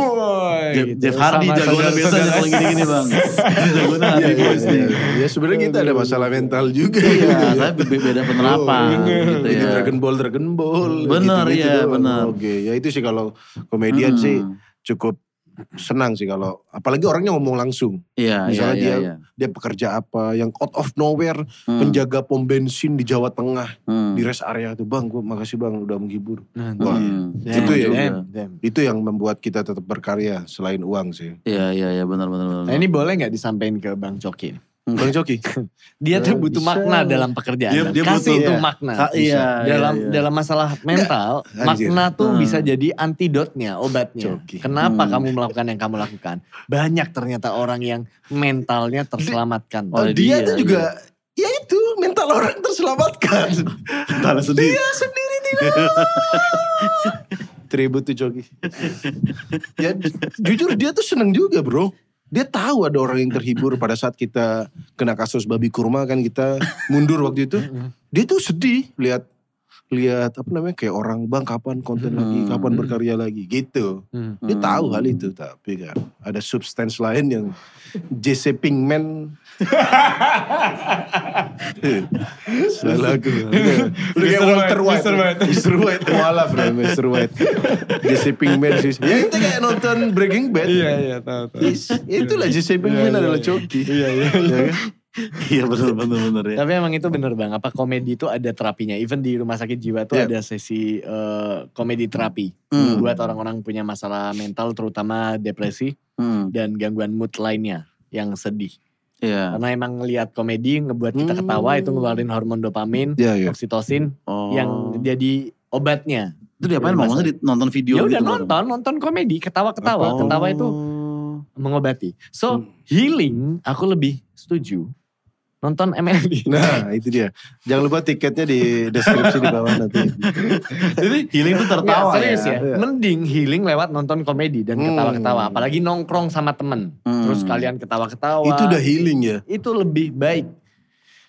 Boy. Jeff, gitu. Jeff Hardy Sama jagoannya biasa saudara-saudara. kalau gini-gini bang. Jagoannya Hardy Iya, iya, Boys nih. iya. Ya sebenarnya kita ada masalah mental juga. Iya, tapi be- beda penerapan gitu Ini ya. Dragon Ball, Dragon Ball. Bener, gitu-gitu iya, doang. bener. Oke, ya itu sih kalau komedian Hmm. sih cukup senang sih kalau, apalagi orangnya ngomong langsung. Iya, iya, Misalnya iya. dia iya. dia pekerja apa, yang out of nowhere, Hmm. penjaga pom bensin di Jawa Tengah, Hmm. di rest area tuh, bang, gue makasih bang udah menghibur. Nah, Wah, Hmm. itu ya. Damn, damn. Itu yang membuat kita tetap berkarya selain uang sih. Iya, iya, iya, benar, benar, benar. Nah ini boleh gak disampaikan ke Bang Coki? Bang Coki, Dia tuh Ya, butuh bisa. makna dalam pekerjaan. Dia- dia Kasih butuh- itu iya. makna. Ka- iya, dalam iya, iya. dalam masalah mental, Anjir. makna tuh Hmm. bisa jadi antidotnya, obatnya. Coki. Kenapa Hmm. kamu melakukan yang kamu lakukan? Banyak ternyata orang yang mentalnya terselamatkan. Oh, Oh, dia, dia, tuh juga, ya itu mental orang terselamatkan. Entahlah sendiri. Dia sendiri tidak. Tribut tuh Coki. Ya jujur dia tuh seneng juga bro. Dia tahu ada orang yang terhibur pada saat kita kena kasus babi kurma kan kita mundur waktu itu. Dia tuh sedih lihat lihat apa namanya kayak orang bang kapan konten lagi, Hmm. kapan berkarya lagi gitu. Hmm. Dia Hmm. tahu hal itu tapi kan ada substance lain yang J C Pinkman. Salah aku. Udah, udah kayak Mister Walter White, White. Mister White. Mister White. Mualaf bro, Mister White. J C Pinkman sih. Ya itu kayak nonton Breaking Bad. Iya iya tahu tahu. Yes, itulah J C Pinkman Iya, iya, adalah iya. Coki. Iya iya. Ya kan? Iya, benar, benar, benar ya. Tapi emang itu bener bang, apa komedi itu ada terapinya. Even di rumah sakit jiwa tuh Iya. ada sesi eh, komedi terapi. Hmm. Buat orang-orang punya masalah mental terutama depresi Hmm. dan gangguan mood lainnya yang sedih. Iya. Karena emang ngelihat komedi ngebuat kita Hmm. ketawa itu ngeluarin hormon dopamin, Iya, iya. oksitosin Oh. yang jadi obatnya. Itu diapain bang? Maksudnya di- nonton video Ya gitu? udah Bang? nonton, nonton komedi, ketawa-ketawa. Oh. Ketawa itu mengobati. So healing aku lebih setuju. Nonton M L B. Nah itu dia. Jangan lupa tiketnya di deskripsi di bawah nanti. Jadi healing tuh Nggak, tertawa serius ya. ya. Iya. Mending healing lewat nonton komedi dan Hmm. ketawa-ketawa. Apalagi nongkrong sama temen. Hmm. Terus kalian ketawa-ketawa. Itu udah healing ya. Itu lebih baik.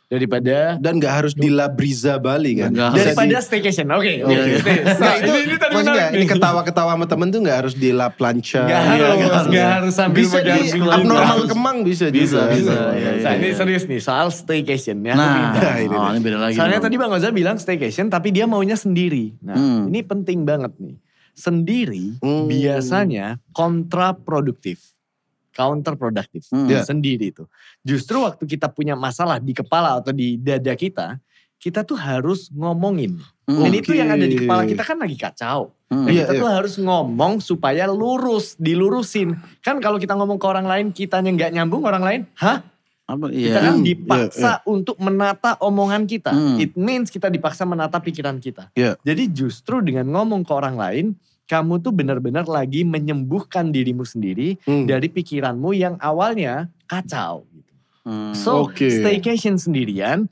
Daripada Dan gak harus di La Brisa Bali kan. Nggak harus. daripada staycation. Oke, oke. Iya, iya. stay. Nah, Nah, itu ini, ini tadi maksudnya menarik ini nih. ketawa-ketawa sama temen tuh gak harus di La Plancha. Nggak Iya, harus, nggak nggak harus sambil Bisa pegang di sebelah. abnormal Nggak Kemang bisa, Bisa, juga. bisa. Iya, Iya, Nah, iya, ini iya. serius nih soal staycation ya. Nah, Nah, ini oh, nih. ini beda lagi. Soalnya dong. tadi Bang Oza bilang staycation tapi dia maunya sendiri. Nah, Hmm. ini penting banget nih. Sendiri Hmm. biasanya kontraproduktif. Counterproductive. Hmm. Ya. Sendiri itu. Justru waktu kita punya masalah di kepala atau di dada kita, kita tuh harus ngomongin. Hmm. Dan itu yang ada di Oke. kepala kita kan lagi kacau. Hmm. Dan Iya, kita iya. tuh harus ngomong supaya lurus, dilurusin. Kan kalau kita ngomong ke orang lain, kitanya nggak nyambung, orang lain, hah? Apa? Kita Iya. kan Hmm, dipaksa untuk menata omongan kita. Hmm. It means kita dipaksa menata pikiran kita. Iya. Jadi justru dengan ngomong ke orang lain, kamu tuh benar-benar lagi menyembuhkan dirimu sendiri Hmm. dari pikiranmu yang awalnya kacau. gitu. Hmm. So, Oke. staycation sendirian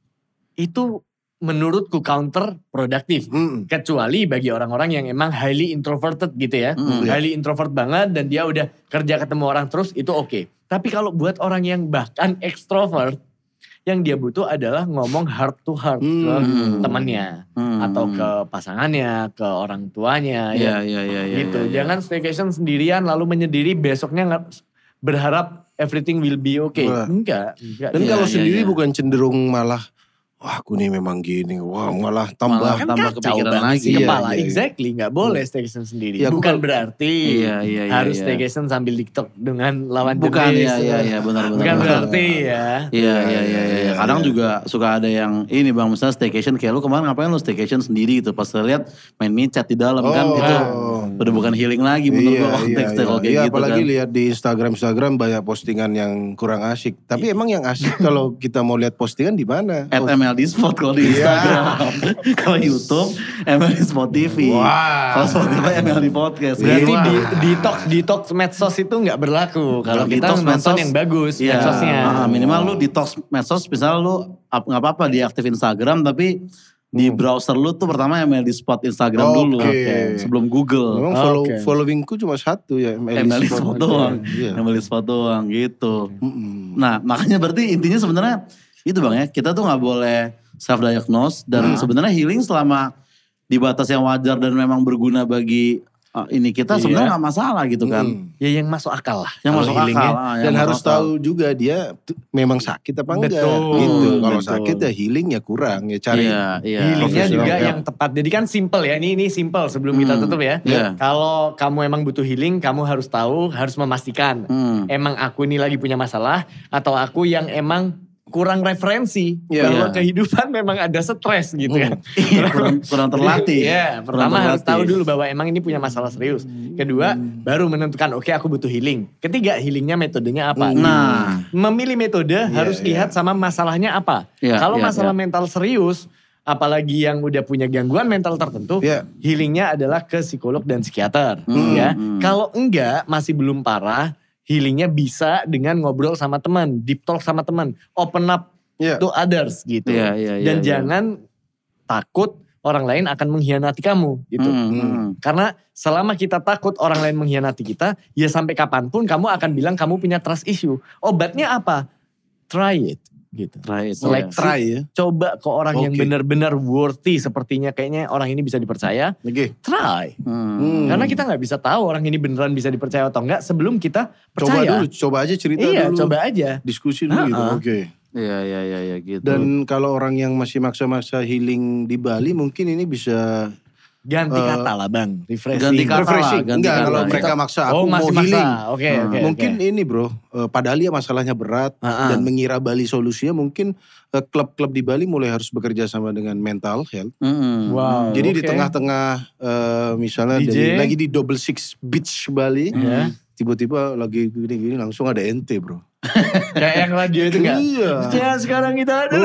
itu menurutku counterproductive. Hmm. Kecuali bagi orang-orang yang emang highly introverted gitu ya. Hmm. Highly introvert banget dan dia udah kerja ketemu orang terus itu oke. Tapi kalau buat orang yang bahkan extrovert, yang dia butuh adalah ngomong heart to heart ke Hmm. temannya. Hmm. Atau ke pasangannya, ke orang tuanya. Iya, ya. iya, iya. iya, gitu. iya, iya. Jangan staycation sendirian lalu menyendiri besoknya nggak berharap everything will be okay. Wah. Enggak. enggak. Dan Iya, kalau iya, sendiri iya. bukan cenderung malah, wah aku nih memang gini, wah malah tambah. Malah Kan tambah kacau kepikiran banget lagi. sih Iya, kepala. iya, iya. Exactly. Nggak boleh staycation sendiri. Iya, aku Bukan kalau- berarti Iya, iya, iya. harus iya. staycation sambil TikTok dengan lawan Bukan, jenis. iya, iya, iya, benar, benar. Bukan benar. berarti ya. Iya, iya, iya, iya. Kadang iya. juga suka ada yang ini bang, misalnya staycation kayak lu kemarin ngapain lu staycation sendiri gitu. Pas lihat main micet di dalam kan Oh. itu udah bukan healing lagi menurut Iya, gua konteksnya kalau kayak iya, gitu apalagi kan. lihat di Instagram Instagram banyak postingan yang kurang asik. Tapi emang yang asik kalau kita mau lihat postingan di mana? At M L D Spot kalau di Iya. Instagram. Kalau YouTube M L D Spot T V. Wah. Kalau Spotify M L D Podcast. Berarti Wah. di, detox detox medsos itu nggak berlaku kalau kita Detox nonton medsos, yang bagus Iya, medsosnya. ah, minimal lu detox medsos, misalnya lu up- nggak apa-apa di aktif Instagram tapi di browser lu tuh pertama M L D Spot Instagram Oke. dulu sebelum Google. Memang follow, Oke. followingku cuma satu ya. M L D Spot doang, Iya. M L D Spot doang gitu. Mm-mm. Nah makanya berarti intinya sebenarnya itu bang ya, kita tuh nggak boleh self diagnose dan sebenarnya healing selama di batas yang wajar dan memang berguna bagi uh, ini kita Iya. sebenarnya nggak masalah gitu kan. Mm. Ya yang masuk akal lah. Yang kalau masuk healingnya. akal. ah, yang Dan masuk harus akal. tahu juga dia t- memang sakit apa enggak Betul, gitu. Kalau betul. sakit ya healing ya kurang ya cari. Iya, iya. Healingnya Profesional juga help. yang tepat. Jadi kan simple ya. Ini ini simple sebelum kita Hmm, tutup ya. iya. Kalau kamu emang butuh healing, kamu harus tahu, harus memastikan. Hmm. Emang aku ini lagi punya masalah atau aku yang emang kurang referensi. Iya. Kalau Iya. kehidupan memang ada stres gitu kan. Iya, kurang, kurang terlatih. Iya, Kurang pertama harus terlatih. tahu dulu bahwa emang ini punya masalah serius. Kedua, baru menentukan oke aku butuh healing. Ketiga, healingnya metodenya apa. Nah, Memilih metode harus iya. lihat sama masalahnya apa. Iya, Kalau iya, masalah iya. mental serius, apalagi yang udah punya gangguan mental tertentu, Iya. healingnya adalah ke psikolog dan psikiater. Hmm, Ya, hmm. kalau enggak masih belum parah, healingnya bisa dengan ngobrol sama teman, deep talk sama teman, open up Iya. to others gitu. Iya, iya, iya, Dan iya. jangan takut orang lain akan mengkhianati kamu gitu. Hmm, hmm. Karena selama kita takut orang lain mengkhianati kita, ya sampai kapanpun kamu akan bilang kamu punya trust issue. Obatnya apa? Try it gitu. Try it, Select- ya. Try ya. Coba ke orang yang Oke. benar-benar worthy sepertinya kayaknya orang ini bisa dipercaya. Oke. Try. Hmm. Hmm. Karena kita nggak bisa tahu orang ini beneran bisa dipercaya atau enggak sebelum kita Coba percaya. dulu, coba aja cerita Iya, dulu. coba aja. Diskusi dulu gitu. Ha-ha. Oke. Iya, iya, iya, iya gitu. Dan kalau orang yang masih maksa-maksa healing di Bali mungkin ini bisa Ganti Eh, kata lah bang, refreshing. ganti kata. refreshing. lah, ganti Enggak, kata. kalau Kita- mereka maksa aku Oh mau masih healing. maksa, oke Hmm. oke. Mungkin oke. ini bro, eh, padahal ya masalahnya berat Ha-ha. dan mengira Bali solusinya mungkin eh, klub-klub di Bali mulai harus bekerja sama dengan mental health. Hmm. Wow. Jadi di oke. tengah-tengah eh, misalnya D J. dari- lagi di Double Six Beach Bali, Ya. tiba-tiba lagi gini-gini langsung ada ente bro. Kayak yang radio itu enggak? Iya. Ya sekarang kita ada.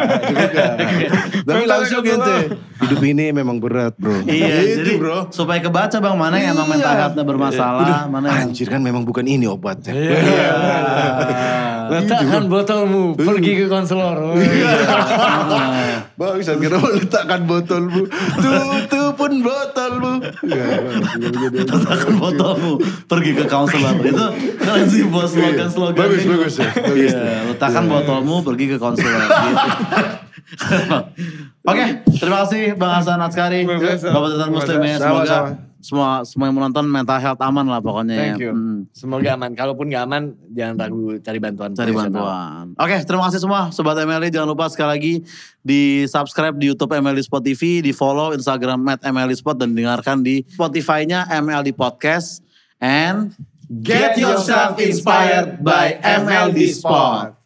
Tapi langsung ente, hidup ini memang berat bro. Iya, Gitu, jadi bro. supaya kebaca bang mana yang emang Iya. mental health-nya bermasalah, mana yang Anjir kan memang bukan ini obatnya. Iya. Letakkan botolmu, pergi ke konselor. Oh, iya. Bangsat, kenapa letakkan botolmu? Tuh, tuh pun botolmu. Letakkan botolmu, pergi ke konselor. Itu keren sih buat slogan-slogan. Bagus, bagus ya. Bagus. Iya, letakkan botolmu, pergi ke konselor. Gitu. Oke, terima kasih Bang Hasan Atskari, Bapak Tutan Muslim ya. Semoga Sama-sama. semua semua yang menonton mental health aman lah pokoknya. Thank ya. you. Hmm, Semoga aman. Kalaupun gak aman, jangan ragu cari bantuan. cari profesional. bantuan. Oke, terima kasih semua Sobat M L D. Jangan lupa sekali lagi di subscribe di YouTube M L D Sport T V, di follow Instagram at M L D Sport, dan dengarkan di Spotify-nya M L D Podcast. And Get yourself inspired by M L D Sport.